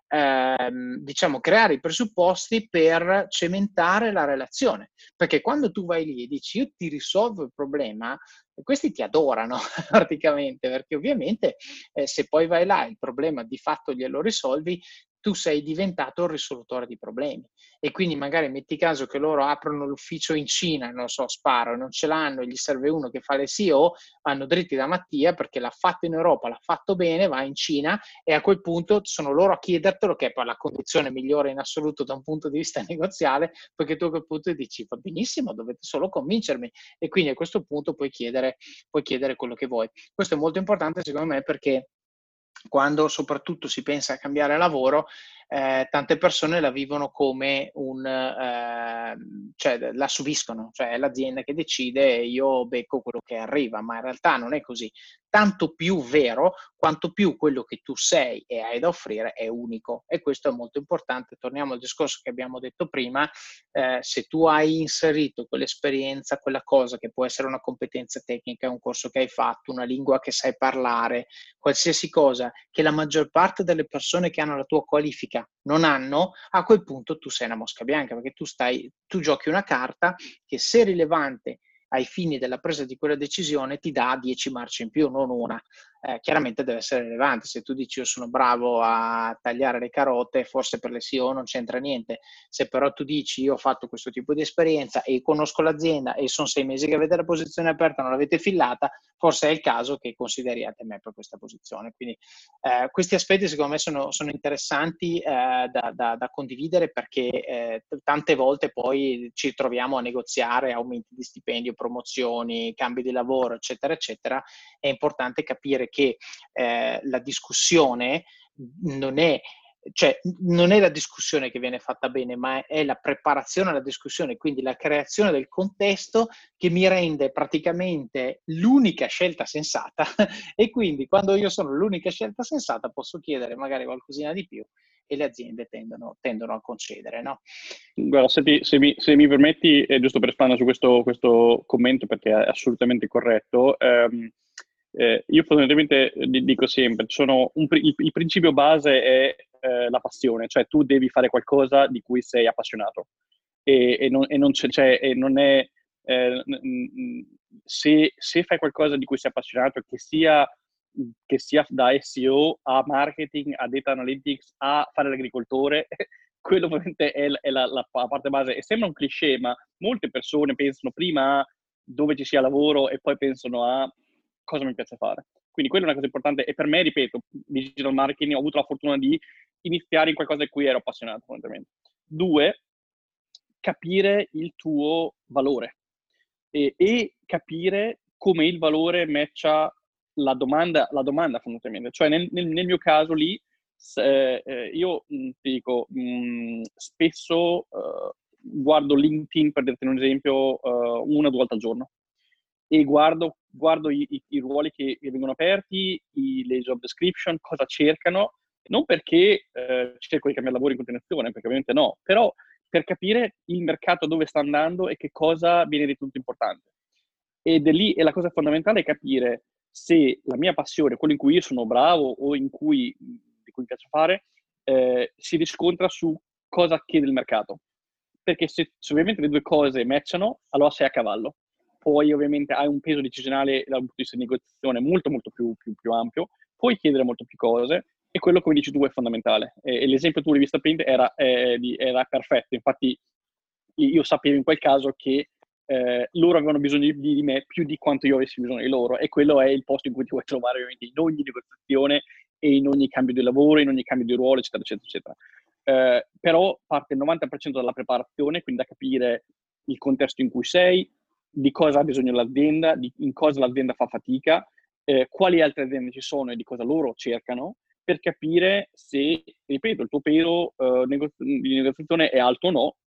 ehm, diciamo creare i presupposti per cementare la relazione, perché quando tu vai lì e dici io ti risolvo il problema, questi ti adorano praticamente, perché ovviamente eh, se poi vai là il problema di fatto glielo risolvi, tu sei diventato il risolutore di problemi e quindi magari metti caso che loro aprono l'ufficio in Cina, non so, sparo, non ce l'hanno e gli serve uno che fa le S E O, vanno dritti da Mattia perché l'ha fatto in Europa, l'ha fatto bene, va in Cina e a quel punto sono loro a chiedertelo, che è poi la condizione migliore in assoluto da un punto di vista negoziale, perché tu a quel punto dici va benissimo, dovete solo convincermi e quindi a questo punto puoi chiedere, puoi chiedere quello che vuoi. Questo è molto importante secondo me perché quando soprattutto si pensa a cambiare lavoro, eh, tante persone la vivono come un, eh, cioè la subiscono, cioè è l'azienda che decide e io becco quello che arriva, ma in realtà non è così. Tanto più vero quanto più quello che tu sei e hai da offrire è unico e questo è molto importante. Torniamo al discorso che abbiamo detto prima, eh, se tu hai inserito quell'esperienza, quella cosa che può essere una competenza tecnica, un corso che hai fatto, una lingua che sai parlare, qualsiasi cosa che la maggior parte delle persone che hanno la tua qualifica non hanno, a quel punto tu sei una mosca bianca perché tu stai, tu giochi una carta che se rilevante ai fini della presa di quella decisione ti dà dieci marce in più, non una. Eh, chiaramente deve essere rilevante. Se tu dici io sono bravo a tagliare le carote, forse per le S E O non c'entra niente. Se però tu dici io ho fatto questo tipo di esperienza e conosco l'azienda e sono sei mesi che avete la posizione aperta, non l'avete fillata, forse è il caso che consideriate me per questa posizione. Quindi eh, questi aspetti secondo me sono, sono interessanti eh, da, da, da condividere perché eh, tante volte poi ci troviamo a negoziare aumenti di stipendio, promozioni, cambi di lavoro, eccetera, eccetera. È importante capire che eh, la discussione non è cioè non è la discussione che viene fatta bene, ma è la preparazione alla discussione, quindi la creazione del contesto che mi rende praticamente l'unica scelta sensata e quindi quando io sono l'unica scelta sensata posso chiedere magari qualcosina di più e le aziende tendono, tendono a concedere, no? Guarda, se, ti, se, mi, se mi permetti, è giusto per espandere su questo, questo commento perché è assolutamente corretto, ehm, Eh, io fondamentalmente dico sempre, sono un, il, il principio base è eh, la passione, cioè tu devi fare qualcosa di cui sei appassionato e, e, non, e non, c'è, cioè, e non è eh, se, se fai qualcosa di cui sei appassionato, che sia, che sia da S E O a marketing, a data analytics, a fare l'agricoltore, quello ovviamente è, è la, la, la parte base. E sembra un cliché, ma molte persone pensano prima a dove ci sia lavoro e poi pensano a cosa mi piace fare. Quindi quella è una cosa importante e per me, ripeto, digital marketing, ho avuto la fortuna di iniziare in qualcosa di cui ero appassionato fondamentalmente. Due, capire il tuo valore e, e capire come il valore matcha la domanda, la domanda fondamentalmente. Cioè nel, nel, nel mio caso lì, eh, eh, io mh, ti dico, mh, spesso uh, guardo LinkedIn, per dirti un esempio, uh, una o due volte al giorno e guardo, guardo i, i, i ruoli che, che vengono aperti, i, le job description, cosa cercano, non perché eh, cerco di cambiare lavoro in continuazione, perché ovviamente no, però per capire il mercato dove sta andando e che cosa viene ritenuto importante. Ed è lì, e la cosa fondamentale è capire se la mia passione, quello in cui io sono bravo o in cui, di cui mi piace fare, eh, si riscontra su cosa chiede il mercato. Perché se, se ovviamente le due cose matchano, allora sei a cavallo. Poi ovviamente hai un peso decisionale dal punto di vista di negoziazione molto molto più, più, più ampio, puoi chiedere molto più cose e quello, come dici tu, è fondamentale. E, e l'esempio che tu hai visto prima era, eh, era perfetto. Infatti io sapevo in quel caso che eh, loro avevano bisogno di, di me più di quanto io avessi bisogno di loro e quello è il posto in cui ti vuoi trovare ovviamente in ogni negoziazione e in ogni cambio di lavoro, in ogni cambio di ruolo, eccetera, eccetera, eccetera. Eh, però parte il novanta per cento dalla preparazione, quindi da capire il contesto in cui sei, di cosa ha bisogno l'azienda, di, in cosa l'azienda fa fatica, eh, quali altre aziende ci sono e di cosa loro cercano, per capire se, ripeto, il tuo peso eh, nego- di negoziazione è alto o no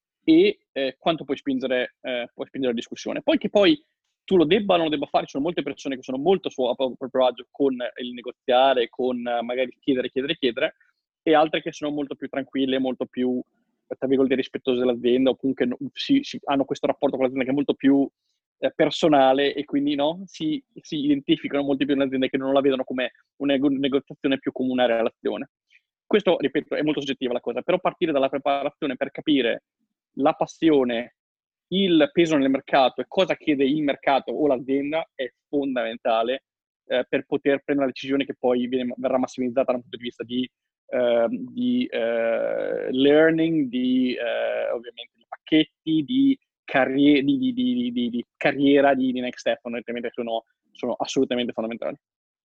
e eh, quanto puoi spingere, eh, puoi spingere la discussione. Poi che poi tu lo debba o non lo debba fare, ci sono molte persone che sono molto a suo a proprio agio con il negoziare, con uh, magari chiedere, chiedere, chiedere, e altre che sono molto più tranquille, molto più, tra virgolette, rispettose dell'azienda, o comunque no, si, si, hanno questo rapporto con l'azienda che è molto più eh, personale e quindi no, si, si identificano molto più nell'azienda che non la vedono come una negoziazione più come una relazione. Questo, ripeto, è molto soggettiva la cosa, però partire dalla preparazione per capire la passione, il peso nel mercato e cosa chiede il mercato o l'azienda è fondamentale eh, per poter prendere la decisione che poi viene, verrà massimizzata dal punto di vista di, eh, di eh, learning, di eh, ovviamente di pacchetti, di, carri- di, di, di, di, di carriera, di, di next step, fondamentalmente sono, sono assolutamente fondamentali.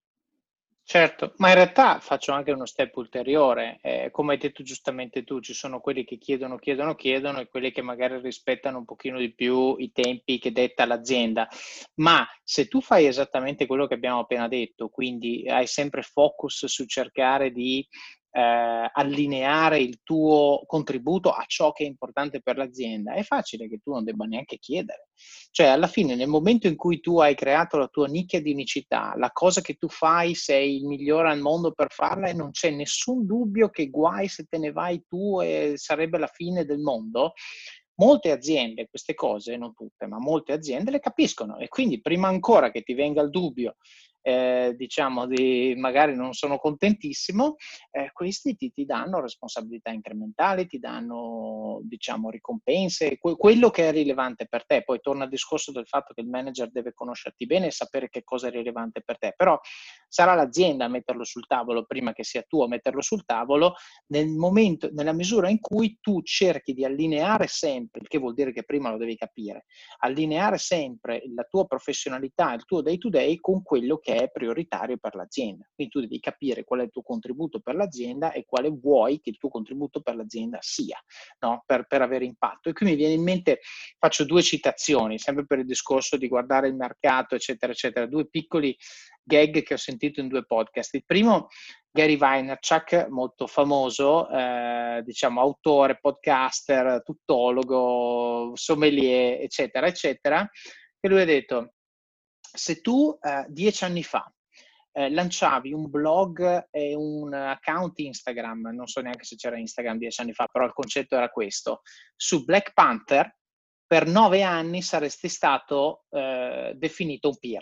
Certo, ma in realtà faccio anche uno step ulteriore, eh, come hai detto giustamente tu, ci sono quelli che chiedono, chiedono, chiedono e quelli che magari rispettano un pochino di più i tempi che detta l'azienda, ma se tu fai esattamente quello che abbiamo appena detto, quindi hai sempre focus su cercare di eh, allineare il tuo contributo a ciò che è importante per l'azienda, è facile che tu non debba neanche chiedere. Cioè, alla fine, nel momento in cui tu hai creato la tua nicchia di unicità, la cosa che tu fai, sei il migliore al mondo per farla e non c'è nessun dubbio che guai se te ne vai tu e sarebbe la fine del mondo. Molte aziende queste cose, non tutte, ma molte aziende le capiscono e quindi prima ancora che ti venga il dubbio, eh, diciamo, di magari non sono contentissimo, eh, questi ti, ti danno responsabilità incrementali, ti danno, diciamo, ricompense, que- quello che è rilevante per te. Poi torna al discorso del fatto che il manager deve conoscerti bene e sapere che cosa è rilevante per te, però sarà l'azienda a metterlo sul tavolo prima che sia tu a metterlo sul tavolo, nel momento, nella misura in cui tu cerchi di allineare sempre, il che vuol dire che prima lo devi capire, allineare sempre la tua professionalità, il tuo day to day con quello che è prioritario per l'azienda. Quindi tu devi capire qual è il tuo contributo per l'azienda e quale vuoi che il tuo contributo per l'azienda sia, no? per, per avere impatto. E qui mi viene in mente, faccio due citazioni, sempre per il discorso di guardare il mercato, eccetera, eccetera, due piccoli gag che ho sentito in due podcast. Il primo, Gary Vaynerchuk, molto famoso, eh, diciamo autore, podcaster, tuttologo, sommelier, eccetera, eccetera, che lui ha detto: se tu eh, dieci anni fa eh, lanciavi un blog e un account Instagram, non so neanche se c'era Instagram dieci anni fa, però il concetto era questo, su Black Panther, per nove anni saresti stato eh, definito un pirla.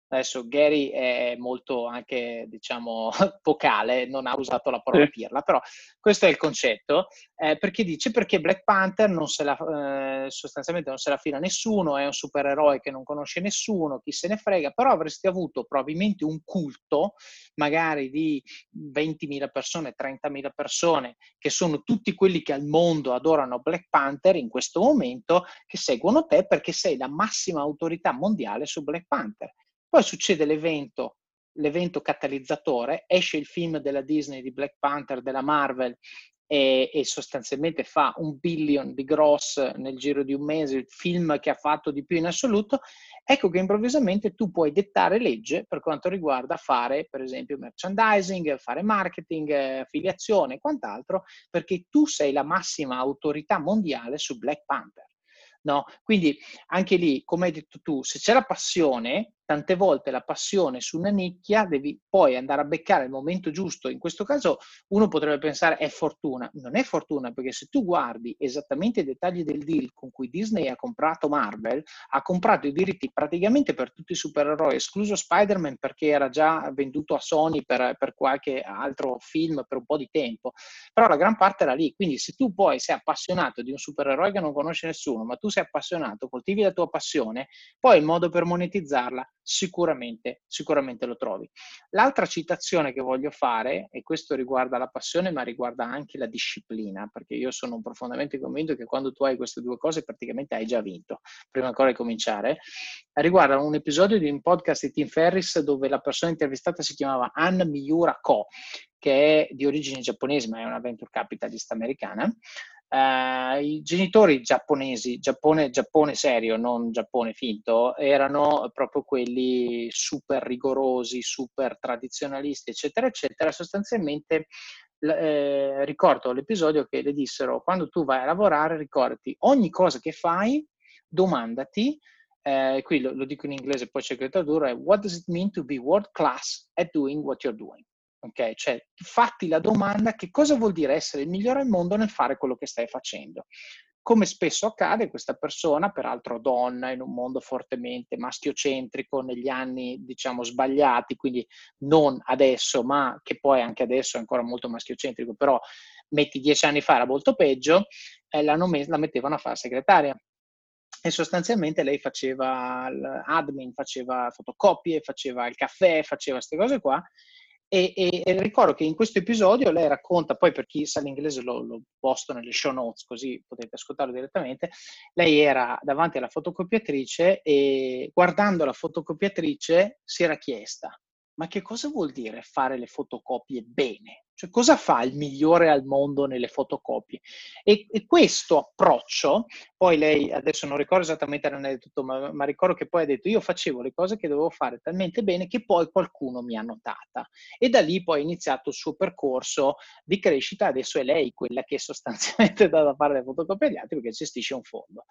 Adesso Gary è molto anche, diciamo, vocale, non ha usato la parola Sì. pirla, però questo è il concetto, eh, perché dice perché Black Panther non se la, eh, sostanzialmente non se la fila nessuno, è un supereroe che non conosce nessuno, chi se ne frega, però avresti avuto probabilmente un culto, magari di ventimila persone, trentamila persone, che sono tutti quelli che al mondo adorano Black Panther in questo momento, che seguono te perché sei la massima autorità mondiale su Black Panther. Poi succede l'evento, l'evento catalizzatore, esce il film della Disney di Black Panther, della Marvel, e, e sostanzialmente fa un billion di gross nel giro di un mese, il film che ha fatto di più in assoluto. Ecco che improvvisamente tu puoi dettare legge per quanto riguarda fare, per esempio, merchandising, fare marketing, affiliazione e quant'altro, perché tu sei la massima autorità mondiale su Black Panther. No? Quindi anche lì, come hai detto tu, se c'è la passione, tante volte la passione su una nicchia devi poi andare a beccare il momento giusto. In questo caso uno potrebbe pensare è fortuna, non è fortuna, perché se tu guardi esattamente i dettagli del deal con cui Disney ha comprato Marvel, ha comprato i diritti praticamente per tutti i supereroi, escluso Spider-Man perché era già venduto a Sony per, per qualche altro film per un po' di tempo, però la gran parte era lì. Quindi se tu poi sei appassionato di un supereroe che non conosce nessuno, ma tu sei appassionato, coltivi la tua passione, poi il modo per monetizzarla sicuramente, sicuramente lo trovi. L'altra citazione che voglio fare, e questo riguarda la passione ma riguarda anche la disciplina, perché io sono profondamente convinto che quando tu hai queste due cose praticamente hai già vinto, prima ancora di cominciare, riguarda un episodio di un podcast di Tim Ferriss dove la persona intervistata si chiamava Ann Miura Ko, che è di origini giapponesi ma è una venture capitalist americana. Uh, i genitori giapponesi, Giappone, Giappone serio, non Giappone finto, erano proprio quelli super rigorosi, super tradizionalisti, eccetera, eccetera. Sostanzialmente eh, ricordo l'episodio che le dissero: quando tu vai a lavorare, ricordati, ogni cosa che fai, domandati, eh, qui lo, lo dico in inglese, poi c'è il tradurre, è what does it mean to be world class at doing what you're doing? Ok, cioè fatti la domanda: che cosa vuol dire essere il migliore al mondo nel fare quello che stai facendo? Come spesso accade, questa persona, peraltro donna, in un mondo fortemente maschiocentrico, negli anni, diciamo, sbagliati, quindi non adesso, ma che poi anche adesso è ancora molto maschiocentrico, però metti dieci anni fa era molto peggio, eh, l'hanno me- la mettevano a fare segretaria. E sostanzialmente lei faceva l'admin, faceva fotocopie, faceva il caffè, faceva queste cose qua. E, e, e ricordo che in questo episodio lei racconta, poi per chi sa l'inglese lo, lo posto nelle show notes così potete ascoltarlo direttamente, lei era davanti alla fotocopiatrice e guardando la fotocopiatrice si era chiesta: ma che cosa vuol dire fare le fotocopie bene? Cioè cosa fa il migliore al mondo nelle fotocopie? E, e questo approccio, poi lei, adesso non ricordo esattamente l'aneddoto, ma, ma ricordo che poi ha detto: io facevo le cose che dovevo fare talmente bene che poi qualcuno mi ha notata. E da lì poi è iniziato il suo percorso di crescita, adesso è lei quella che sostanzialmente dà da fare le fotocopie agli altri perché gestisce un fondo.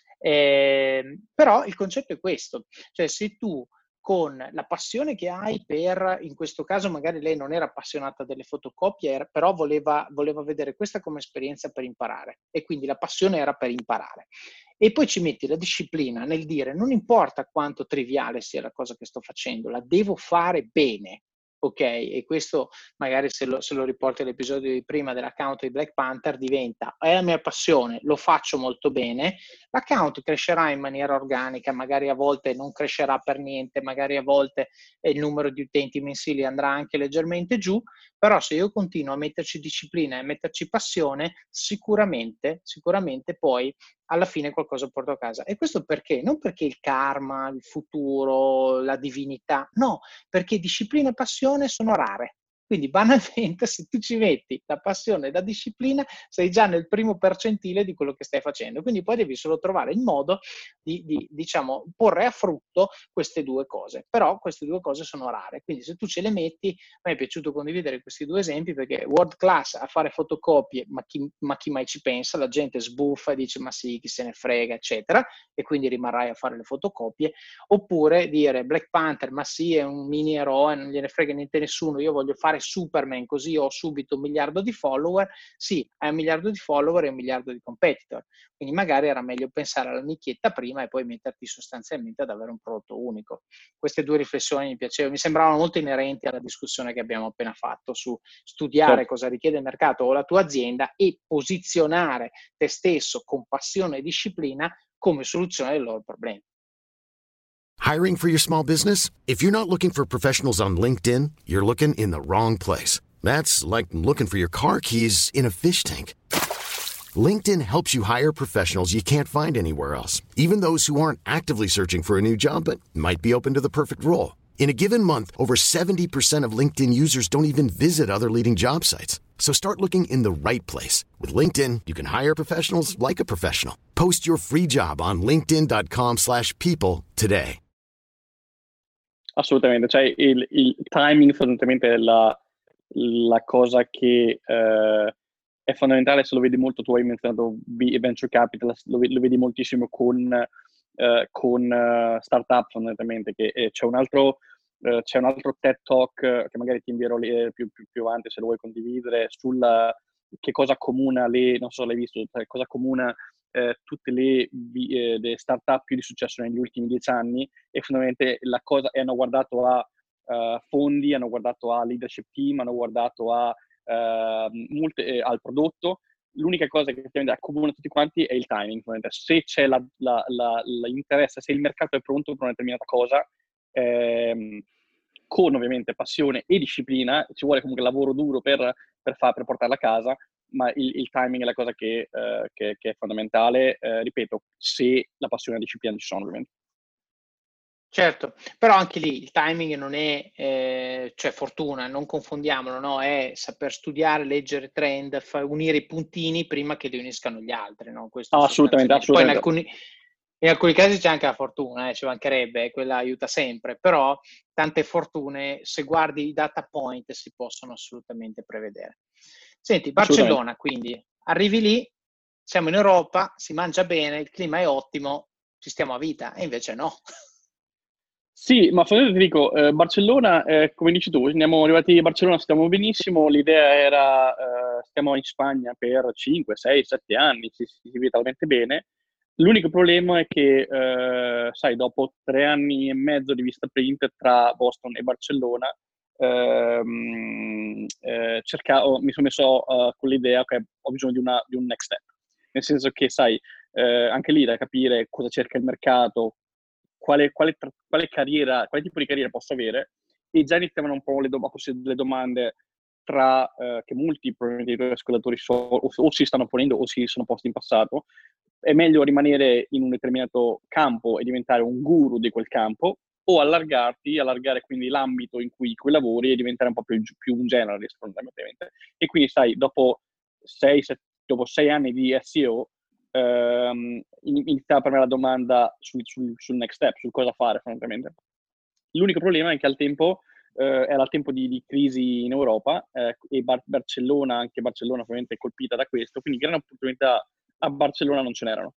Eh, però il concetto è questo, cioè se tu con la passione che hai per, in questo caso magari lei non era appassionata delle fotocopie, era, però voleva, voleva vedere questa come esperienza per imparare e quindi la passione era per imparare. E poi ci metti la disciplina nel dire: non importa quanto triviale sia la cosa che sto facendo, la devo fare bene. Ok, e questo magari se lo, se lo riporti all'episodio di prima dell'account di Black Panther diventa: è la mia passione, lo faccio molto bene, l'account crescerà in maniera organica, magari a volte non crescerà per niente, magari a volte il numero di utenti mensili andrà anche leggermente giù, però se io continuo a metterci disciplina e a metterci passione, sicuramente, sicuramente poi alla fine qualcosa porto a casa. E questo perché? Non perché il karma, il futuro, la divinità, no, perché disciplina e passione sono rare. Quindi banalmente se tu ci metti la passione e la disciplina sei già nel primo percentile di quello che stai facendo, quindi poi devi solo trovare il modo di, di diciamo porre a frutto queste due cose, però queste due cose sono rare, quindi se tu ce le metti, a me è piaciuto condividere questi due esempi perché world class a fare fotocopie, ma chi, ma chi mai ci pensa, la gente sbuffa e dice ma sì, chi se ne frega eccetera, e quindi rimarrai a fare le fotocopie, oppure dire Black Panther ma sì è un mini eroe, non gliene frega niente nessuno, io voglio fare Superman così ho subito un miliardo di follower. Sì, hai un miliardo di follower e un miliardo di competitor, quindi magari era meglio pensare alla nicchietta prima e poi metterti sostanzialmente ad avere un prodotto unico. Queste due riflessioni mi piacevano, mi sembravano molto inerenti alla discussione che abbiamo appena fatto su studiare certo. cosa richiede il mercato o la tua azienda e posizionare te stesso con passione e disciplina come soluzione dei loro problemi. Hiring for your small business? If you're not looking for professionals on LinkedIn, you're looking in the wrong place. That's like looking for your car keys in a fish tank. LinkedIn helps you hire professionals you can't find anywhere else, even those who aren't actively searching for a new job but might be open to the perfect role. In a given month, over seventy percent of LinkedIn users don't even visit other leading job sites. So start looking in the right place. With LinkedIn, you can hire professionals like a professional. Post your free job on linkedin dot com slash people today. Assolutamente, cioè il, il timing fondamentalmente è la, la cosa che eh, è fondamentale. Se lo vedi molto, tu hai menzionato venture capital, lo, lo vedi moltissimo con, eh, con uh, startup fondamentalmente, che eh, c'è un altro Uh, c'è un altro TED Talk uh, che magari ti invierò lì, più, più, più avanti se lo vuoi condividere, sulla che cosa accomuna le, non so se l'hai visto, cioè, cosa accomuna eh, tutte le, eh, le startup più di successo negli ultimi dieci anni, e fondamentalmente la cosa, e hanno guardato a uh, fondi, hanno guardato a leadership team, hanno guardato a, uh, molte, eh, al prodotto. L'unica cosa che effettivamente accomuna tutti quanti è il timing. Se c'è la, la, la, l'interesse, se il mercato è pronto per una determinata cosa, Ehm, con ovviamente passione e disciplina, ci vuole comunque lavoro duro per, per, far, per portarla a casa, ma il, il timing è la cosa che, eh, che, che è fondamentale, eh, ripeto, se la passione e la disciplina ci sono ovviamente. Certo, però anche lì il timing non è, eh, cioè fortuna, non confondiamolo, no? È saper studiare, leggere trend, fa, unire i puntini prima che li uniscano gli altri, no? Questo oh, assolutamente, assolutamente. Poi in alcuni, in alcuni casi c'è anche la fortuna, eh, ci mancherebbe, quella aiuta sempre, però tante fortune, se guardi i data point, si possono assolutamente prevedere. Senti, Barcellona, quindi arrivi lì, siamo in Europa, si mangia bene, il clima è ottimo, ci stiamo a vita, e invece no. Sì, ma ti dico, eh, Barcellona, eh, come dici tu, siamo arrivati a Barcellona, stiamo benissimo, l'idea era, eh, stiamo in Spagna per cinque, sei, sette anni, si, si vive talmente bene. L'unico problema è che, eh, sai, dopo tre anni e mezzo di Vistaprint tra Boston e Barcellona, ehm, eh, cercavo, mi sono messo uh, con l'idea che ho bisogno di, una, di un next step. Nel senso che, sai, eh, anche lì da capire cosa cerca il mercato, quale, quale, quale carriera, quale tipo di carriera posso avere, e già iniziavano un po' le, do- le domande tra, eh, che molti probabilmente dei tuoi ascoltatori so, o, o si stanno ponendo o si sono posti in passato. È meglio rimanere in un determinato campo e diventare un guru di quel campo, o allargarti, allargare quindi l'ambito in cui, cui lavori e diventare un po' più, più un generalist fondamentalmente. E quindi sai, dopo sei, sette, dopo sei anni di S E O, ehm, iniziava per me la domanda sul, sul, sul next step, sul cosa fare fondamentalmente. L'unico problema è che al tempo eh, era il tempo di, di crisi in Europa, eh, e Bar- Barcellona, anche Barcellona ovviamente è colpita da questo, quindi grandi opportunità a Barcellona non ce n'erano,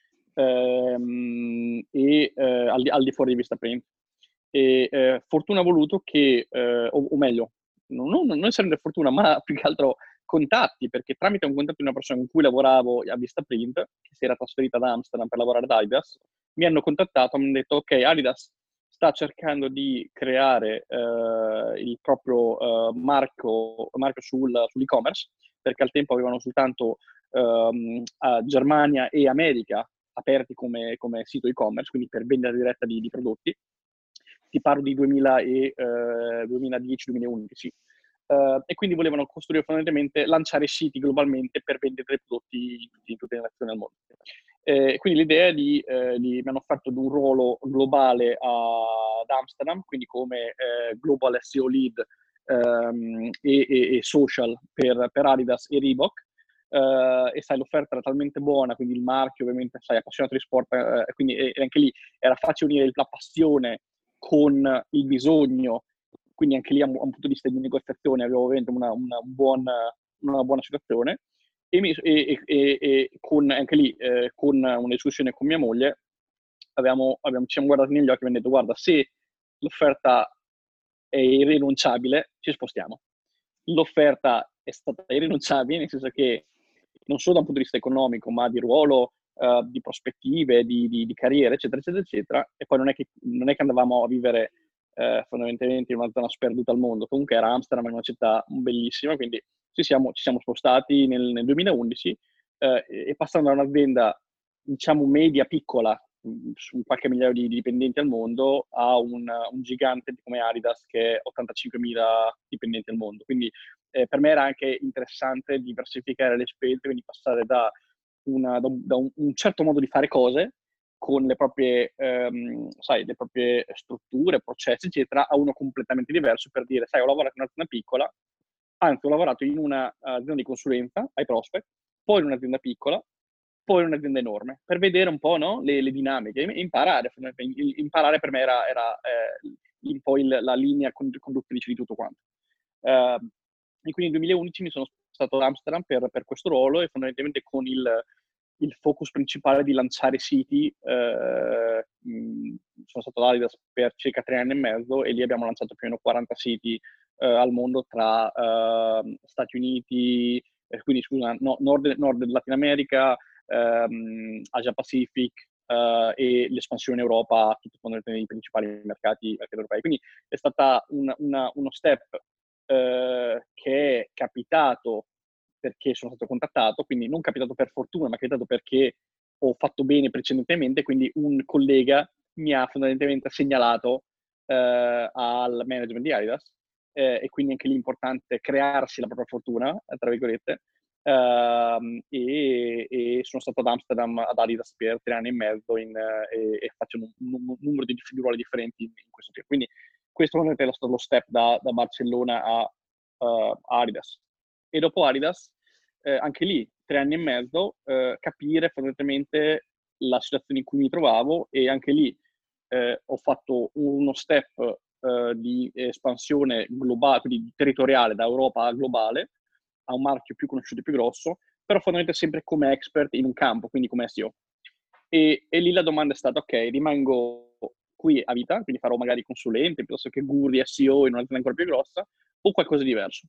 ehm, e eh, al, di, al di fuori di Vistaprint. E eh, fortuna ha voluto che, eh, o, o meglio, non, non, non essendo fortuna, ma più che altro contatti, perché tramite un contatto di una persona con cui lavoravo a Vistaprint, che si era trasferita ad Amsterdam per lavorare ad Adidas, mi hanno contattato e mi hanno detto: ok, Adidas sta cercando di creare eh, il proprio eh, marco, marco sul, sull'e-commerce, perché al tempo avevano soltanto ehm, Germania e America aperti come, come sito e-commerce, quindi per vendita diretta di, di prodotti. Ti parlo di duemila e, eh, duemiladieci duemilaundici. Uh, e quindi volevano costruire fondamentalmente, lanciare siti globalmente per vendere dei prodotti in tutte le nazioni al mondo. Eh, quindi l'idea è di, eh, di, mi hanno offerto un ruolo globale a, ad Amsterdam, quindi come eh, Global S E O Lead um, e, e, e social per, per Adidas e Reebok. Uh, e sai, l'offerta era talmente buona, quindi il marchio ovviamente, sai, appassionato di sport, eh, quindi e, e anche lì era facile unire la passione con il bisogno. Quindi anche lì a un, a un punto di vista di negoziazione avevo ovviamente una, una, un buon, una buona situazione, e, mi, e, e, e con, anche lì eh, con una discussione con mia moglie abbiamo, abbiamo, ci siamo guardati negli occhi e abbiamo detto: guarda, se l'offerta è irrinunciabile ci spostiamo. l'offerta è stata irrinunciabile, nel senso che non solo da un punto di vista economico, ma di ruolo, uh, di prospettive, di, di, di carriera, eccetera, eccetera, eccetera. E poi non è che, non è che andavamo a vivere uh, fondamentalmente in una zona sperduta al mondo. Comunque era Amsterdam, una città bellissima, quindi ci siamo, ci siamo spostati nel, nel duemilaundici uh, e, e passando da un'azienda, diciamo, media, piccola, su qualche migliaio di dipendenti al mondo, a un, un gigante come Adidas che ha ottantacinquemila dipendenti al mondo. Quindi eh, per me era anche interessante diversificare le spese, quindi passare da, una, da, un, da un, un certo modo di fare cose con le proprie, ehm, sai, le proprie strutture, processi, eccetera, a uno completamente diverso, per dire, sai, ho lavorato in un'azienda piccola, anzi ho lavorato in un'azienda di consulenza ai prospect, poi in un'azienda piccola, poi in un'azienda enorme, per vedere un po', no, le, le dinamiche e imparare. Imparare per me era, era eh, un po' il, la linea conduttrice di tutto quanto. Uh, e quindi nel duemilaundici mi sono stato ad Amsterdam per, per questo ruolo e fondamentalmente con il, il focus principale di lanciare siti. Uh, mh, sono stato ad Adidas per circa tre anni e mezzo e lì abbiamo lanciato più o meno quaranta siti uh, al mondo tra uh, Stati Uniti, eh, quindi scusa, no, Nord, Nord Latino America, Um, Asia Pacific uh, e l'espansione in Europa a tutti i principali mercati, mercati europei. Quindi è stata una, una, uno step uh, che è capitato perché sono stato contattato, quindi non capitato per fortuna, ma capitato perché ho fatto bene precedentemente, quindi un collega mi ha fondamentalmente segnalato uh, al management di Adidas eh, e quindi anche lì è importante crearsi la propria fortuna, tra virgolette. Uh, e, e sono stato ad Amsterdam ad Adidas per tre anni e mezzo in, uh, e, e faccio un, un, un numero di ruoli differenti in, in questo tempo. Quindi questo è stato lo step da, da Barcellona a, uh, a Adidas. E dopo Adidas, eh, anche lì, tre anni e mezzo, eh, capire fondamentalmente la situazione in cui mi trovavo e anche lì eh, ho fatto uno step eh, di espansione globale, quindi territoriale da Europa a globale, a un marchio più conosciuto e più grosso, però fondamentalmente sempre come expert in un campo, quindi come S E O. E, e lì la domanda è stata, ok, rimango qui a vita, quindi farò magari consulente, piuttosto che guru di S E O in un'azienda ancora più grossa, o qualcosa di diverso.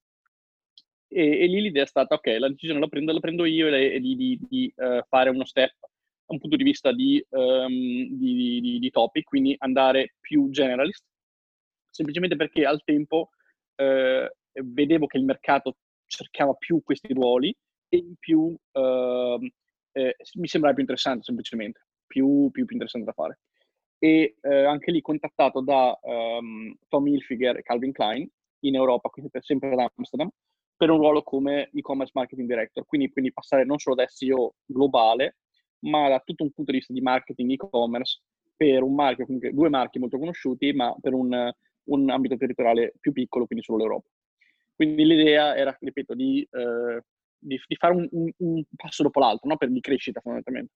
E, e lì l'idea è stata, ok, la decisione la prendo, la prendo io e di, di, di uh, fare uno step da un punto di vista di, um, di, di, di topic, quindi andare più generalist, semplicemente perché al tempo uh, vedevo che il mercato cercava più questi ruoli e in più uh, eh, mi sembrava più interessante semplicemente, più, più, più interessante da fare. E eh, anche lì contattato da um, Tom Hilfiger e Calvin Klein in Europa, quindi per sempre ad Amsterdam, per un ruolo come e-commerce marketing director, quindi, quindi passare non solo da S E O globale, ma da tutto un punto di vista di marketing e-commerce per un marchio, comunque due marchi molto conosciuti, ma per un, un ambito territoriale più piccolo, quindi solo l'Europa. Quindi l'idea era, ripeto, di, eh, di, di fare un, un, un passo dopo l'altro, no? Per di crescita fondamentalmente.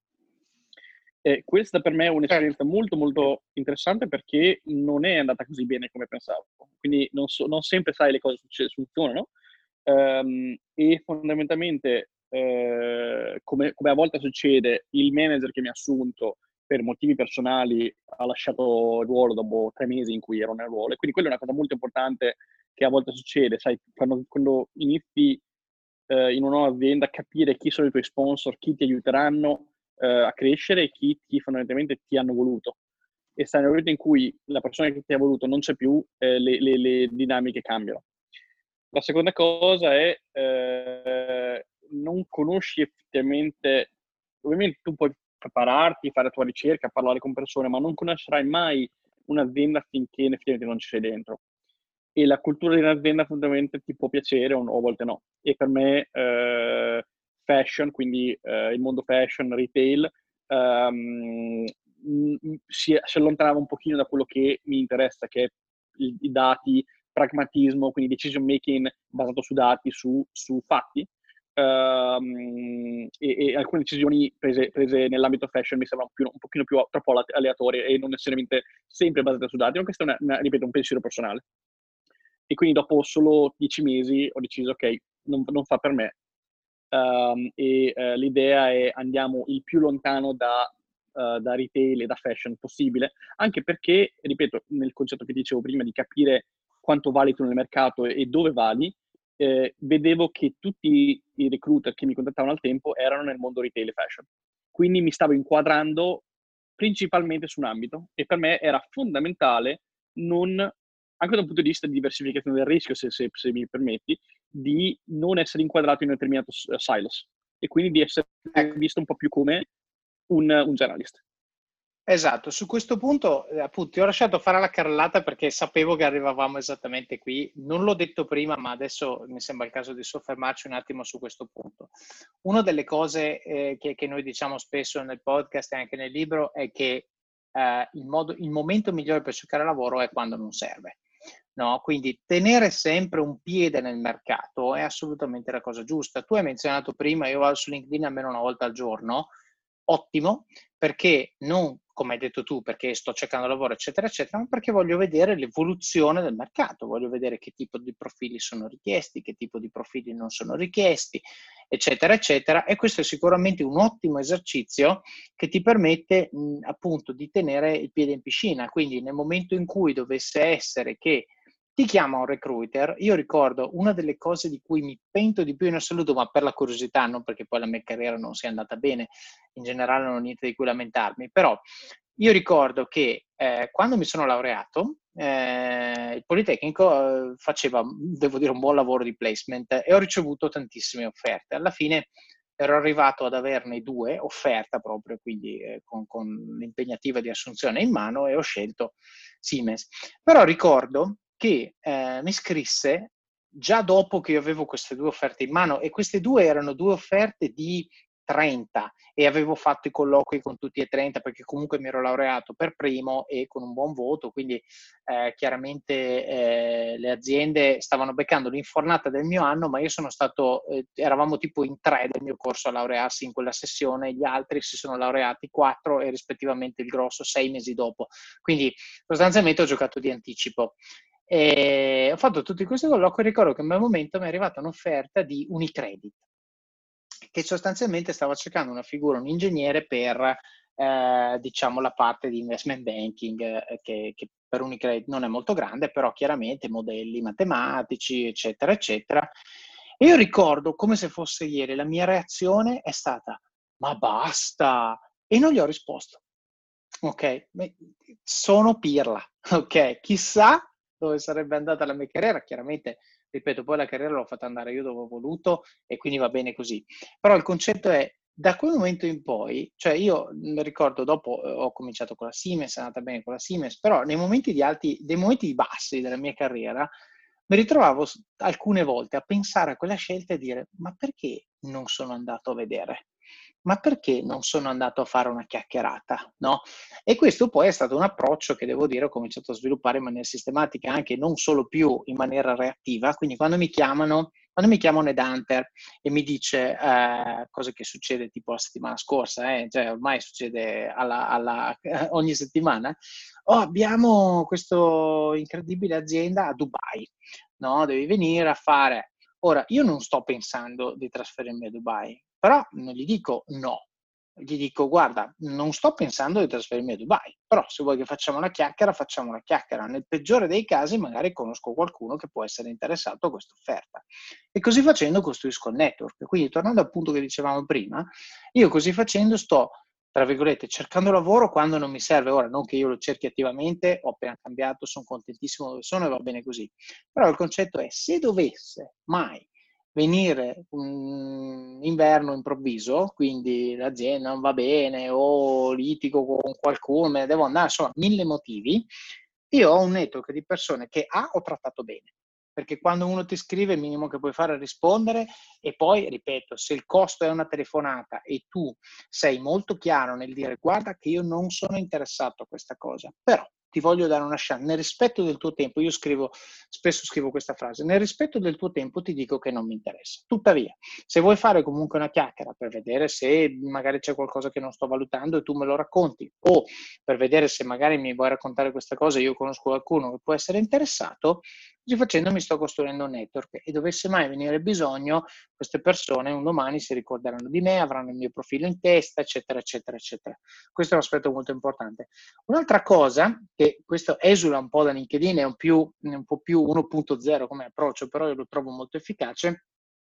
E questa per me è un'esperienza molto molto interessante perché non è andata così bene come pensavo. Quindi non, so, non sempre sai le cose funzionano. Um, e fondamentalmente, eh, come, come a volte succede, il manager che mi ha assunto per motivi personali ha lasciato il ruolo dopo tre mesi in cui ero nel ruolo. E quindi quella è una cosa molto importante che a volte succede, sai, quando, quando inizi eh, in una nuova azienda, capire chi sono i tuoi sponsor, chi ti aiuteranno eh, a crescere e chi, chi fondamentalmente ti hanno voluto. E sta nel momento in cui la persona che ti ha voluto non c'è più, eh, le, le, le dinamiche cambiano. La seconda cosa è eh, non conosci effettivamente, ovviamente tu puoi prepararti, fare la tua ricerca, parlare con persone, ma non conoscerai mai un'azienda finché effettivamente non ci sei dentro. E la cultura di un'azienda fondamentalmente ti può piacere o, o a volte no. E per me eh, fashion, quindi eh, il mondo fashion, retail, um, si, si allontanava un pochino da quello che mi interessa, che è i, i dati, pragmatismo, quindi decision making basato su dati, su, su fatti. Um, e, e alcune decisioni prese, prese nell'ambito fashion mi sembrano più, un pochino più troppo aleatorie e non necessariamente sempre basate su dati, ma questo è una, una, ripeto, un pensiero personale. E quindi dopo solo dieci mesi ho deciso, ok, non, non fa per me. Um, e uh, l'idea è andiamo il più lontano da, uh, da retail e da fashion possibile, anche perché, ripeto, nel concetto che dicevo prima di capire quanto vali tu nel mercato e, e dove vali, eh, vedevo che tutti i recruiter che mi contattavano al tempo erano nel mondo retail e fashion. Quindi mi stavo inquadrando principalmente su un ambito, e per me era fondamentale non, anche da un punto di vista di diversificazione del rischio, se, se, se mi permetti, di non essere inquadrato in un determinato uh, silos, e quindi di essere Ecco. visto un po' più come un, un generalist. Esatto, su questo punto eh, appunto ti ho lasciato fare la carrellata perché sapevo che arrivavamo esattamente qui. Non l'ho detto prima, ma adesso mi sembra il caso di soffermarci un attimo su questo punto. Una delle cose eh, che, che noi diciamo spesso nel podcast e anche nel libro è che eh, il, modo, il momento migliore per cercare lavoro è quando non serve. No? Quindi tenere sempre un piede nel mercato è assolutamente la cosa giusta. Tu hai menzionato prima, io vado su LinkedIn almeno una volta al giorno. Ottimo, perché non, come hai detto tu, perché sto cercando lavoro, eccetera, eccetera, ma perché voglio vedere l'evoluzione del mercato, voglio vedere che tipo di profili sono richiesti, che tipo di profili non sono richiesti, eccetera, eccetera, e questo è sicuramente un ottimo esercizio che ti permette mh, appunto di tenere il piede in piscina. Quindi nel momento in cui dovesse essere che ti chiama un recruiter, io ricordo una delle cose di cui mi pento di più in assoluto, ma per la curiosità, non perché poi la mia carriera non sia andata bene, in generale non ho niente di cui lamentarmi, però io ricordo che eh, quando mi sono laureato, eh, il Politecnico eh, faceva, devo dire, un buon lavoro di placement e ho ricevuto tantissime offerte. Alla fine ero arrivato ad averne due, offerta proprio, quindi eh, con, con l'impegnativa di assunzione in mano, e ho scelto Siemens. Però ricordo che eh, mi scrisse già dopo che io avevo queste due offerte in mano, e queste due erano due offerte di trenta, e avevo fatto i colloqui con tutti e trenta perché comunque mi ero laureato per primo e con un buon voto, quindi eh, chiaramente eh, le aziende stavano beccando l'infornata del mio anno, ma io sono stato, eh, eravamo tipo in tre del mio corso a laurearsi in quella sessione, gli altri si sono laureati quattro e rispettivamente il grosso sei mesi dopo, quindi sostanzialmente ho giocato di anticipo. E ho fatto tutti questi colloqui e ricordo che in quel momento mi è arrivata un'offerta di Unicredit, che sostanzialmente stava cercando una figura, un ingegnere per eh, diciamo la parte di investment banking, eh, che, che per Unicredit non è molto grande, però chiaramente modelli matematici, eccetera, eccetera. E io ricordo come se fosse ieri, la mia reazione è stata: ma basta! E non gli ho risposto. Ok, sono pirla, ok, chissà dove sarebbe andata la mia carriera. Chiaramente, ripeto, poi la carriera l'ho fatta andare io dove ho voluto e quindi va bene così. Però il concetto è, da quel momento in poi, cioè io mi ricordo dopo eh, ho cominciato con la Siemens, è andata bene con la Siemens, però nei momenti di alti, dei momenti bassi della mia carriera, mi ritrovavo alcune volte a pensare a quella scelta e dire: ma perché non sono andato a vedere? Ma perché non sono andato a fare una chiacchierata, no? E questo poi è stato un approccio che, devo dire, ho cominciato a sviluppare in maniera sistematica, anche non solo più in maniera reattiva. Quindi quando mi chiamano, quando mi chiama un headhunter e mi dice eh, cosa che succede tipo la settimana scorsa, eh, cioè ormai succede alla, alla, ogni settimana, oh, abbiamo questa incredibile azienda a Dubai, no? Devi venire a fare. Ora, io non sto pensando di trasferirmi a Dubai, però non gli dico no, gli dico: guarda, non sto pensando di trasferirmi a Dubai, però se vuoi che facciamo una chiacchiera, facciamo una chiacchiera. Nel peggiore dei casi magari conosco qualcuno che può essere interessato a questa offerta. E così facendo costruisco il network. Quindi, tornando al punto che dicevamo prima, io così facendo sto, tra virgolette, cercando lavoro quando non mi serve. Ora, non che io lo cerchi attivamente, ho appena cambiato, sono contentissimo dove sono e va bene così. Però il concetto è: se dovesse mai venire un inverno improvviso, quindi l'azienda non va bene o litigo con qualcuno, me ne devo andare, insomma, mille motivi, io ho un network di persone che A, ho trattato bene, perché quando uno ti scrive il minimo che puoi fare è rispondere, e poi, ripeto, se il costo è una telefonata e tu sei molto chiaro nel dire: guarda che io non sono interessato a questa cosa, però ti voglio dare una chance, nel rispetto del tuo tempo. Io scrivo, spesso scrivo questa frase: nel rispetto del tuo tempo ti dico che non mi interessa. Tuttavia, se vuoi fare comunque una chiacchiera per vedere se magari c'è qualcosa che non sto valutando e tu me lo racconti, o per vedere se magari mi vuoi raccontare questa cosa e io conosco qualcuno che può essere interessato, Così facendo mi sto costruendo un network e dovesse mai venire bisogno, queste persone un domani si ricorderanno di me, avranno il mio profilo in testa, eccetera, eccetera, eccetera. Questo è un aspetto molto importante. Un'altra cosa, che questo esula un po' da LinkedIn, è un, più, un po' più uno punto zero come approccio, però io lo trovo molto efficace,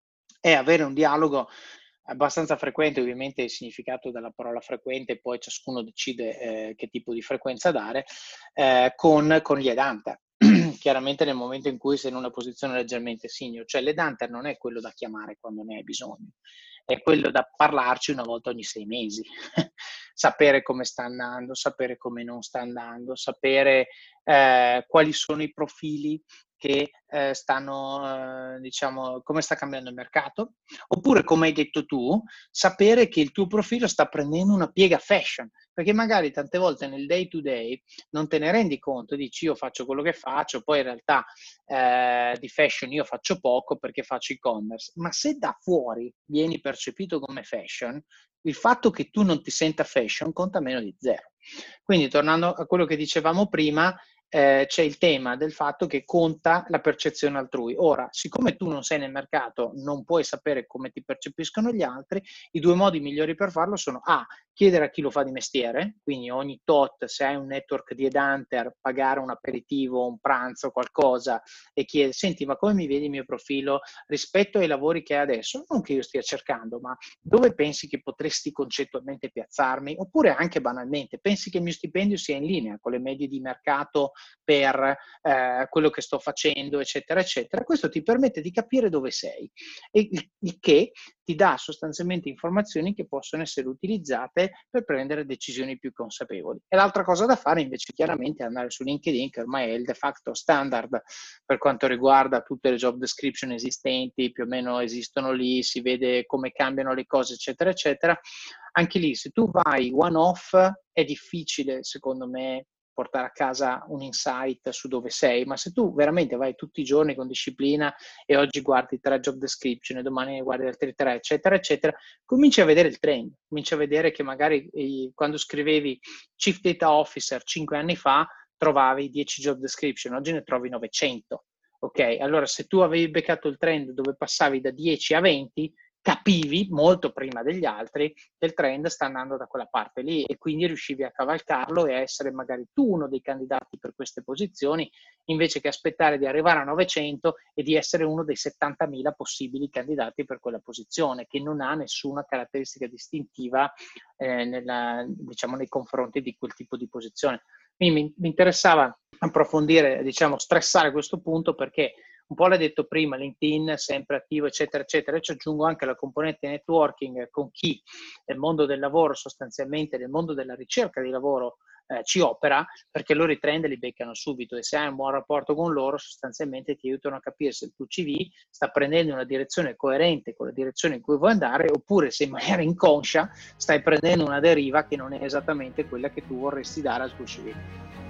è avere un dialogo abbastanza frequente, ovviamente il significato della parola frequente, poi ciascuno decide eh, che tipo di frequenza dare, eh, con, con gli headhunter. Chiaramente nel momento in cui sei in una posizione leggermente senior, cioè l'headhunter non è quello da chiamare quando ne hai bisogno, è quello da parlarci una volta ogni sei mesi, sapere come sta andando, sapere come non sta andando, sapere eh, quali sono i profili che eh, stanno, eh, diciamo, come sta cambiando il mercato, oppure come hai detto tu, sapere che il tuo profilo sta prendendo una piega fashion, perché magari tante volte nel day to day non te ne rendi conto, dici io faccio quello che faccio, poi in realtà eh, di fashion io faccio poco perché faccio e-commerce, ma se da fuori vieni percepito come fashion, il fatto che tu non ti senta fashion conta meno di zero. Quindi tornando a quello che dicevamo prima, eh, c'è il tema del fatto che conta la percezione altrui. Ora, siccome tu non sei nel mercato, non puoi sapere come ti percepiscono gli altri, i due modi migliori per farlo sono A, chiedere a chi lo fa di mestiere, quindi ogni tot, se hai un network di headhunter, pagare un aperitivo, un pranzo, qualcosa, e chiedere, senti, ma come mi vedi il mio profilo rispetto ai lavori che hai adesso? Non che io stia cercando, ma dove pensi che potresti concettualmente piazzarmi? Oppure anche banalmente, pensi che il mio stipendio sia in linea con le medie di mercato per eh, quello che sto facendo, eccetera, eccetera. Questo ti permette di capire dove sei e il, il che ti dà sostanzialmente informazioni che possono essere utilizzate per prendere decisioni più consapevoli. E l'altra cosa da fare invece chiaramente è andare su LinkedIn, che ormai è il de facto standard per quanto riguarda tutte le job description esistenti, più o meno esistono lì, si vede come cambiano le cose, eccetera, eccetera. Anche lì, se tu vai one off, è difficile, secondo me, portare a casa un insight su dove sei, ma se tu veramente vai tutti i giorni con disciplina e oggi guardi tre job description e domani ne guardi altri tre, eccetera, eccetera, cominci a vedere il trend, cominci a vedere che magari eh, quando scrivevi Chief Data Officer cinque anni fa trovavi dieci job description, oggi ne trovi novecento. Ok, allora se tu avevi beccato il trend dove passavi da dieci a venti, capivi molto prima degli altri che il trend sta andando da quella parte lì e quindi riuscivi a cavalcarlo e a essere magari tu uno dei candidati per queste posizioni invece che aspettare di arrivare a novecento e di essere uno dei settantamila possibili candidati per quella posizione che non ha nessuna caratteristica distintiva eh, nella, diciamo, nei confronti di quel tipo di posizione. Quindi mi, mi interessava approfondire, diciamo, stressare questo punto perché un po' l'hai detto prima, LinkedIn sempre attivo, eccetera, eccetera. E ci aggiungo anche la componente networking con chi nel mondo del lavoro, sostanzialmente nel mondo della ricerca di lavoro, eh, ci opera, perché loro i trend li beccano subito e se hai un buon rapporto con loro, sostanzialmente ti aiutano a capire se il tuo C V sta prendendo una direzione coerente con la direzione in cui vuoi andare, oppure se in maniera inconscia stai prendendo una deriva che non è esattamente quella che tu vorresti dare al tuo C V.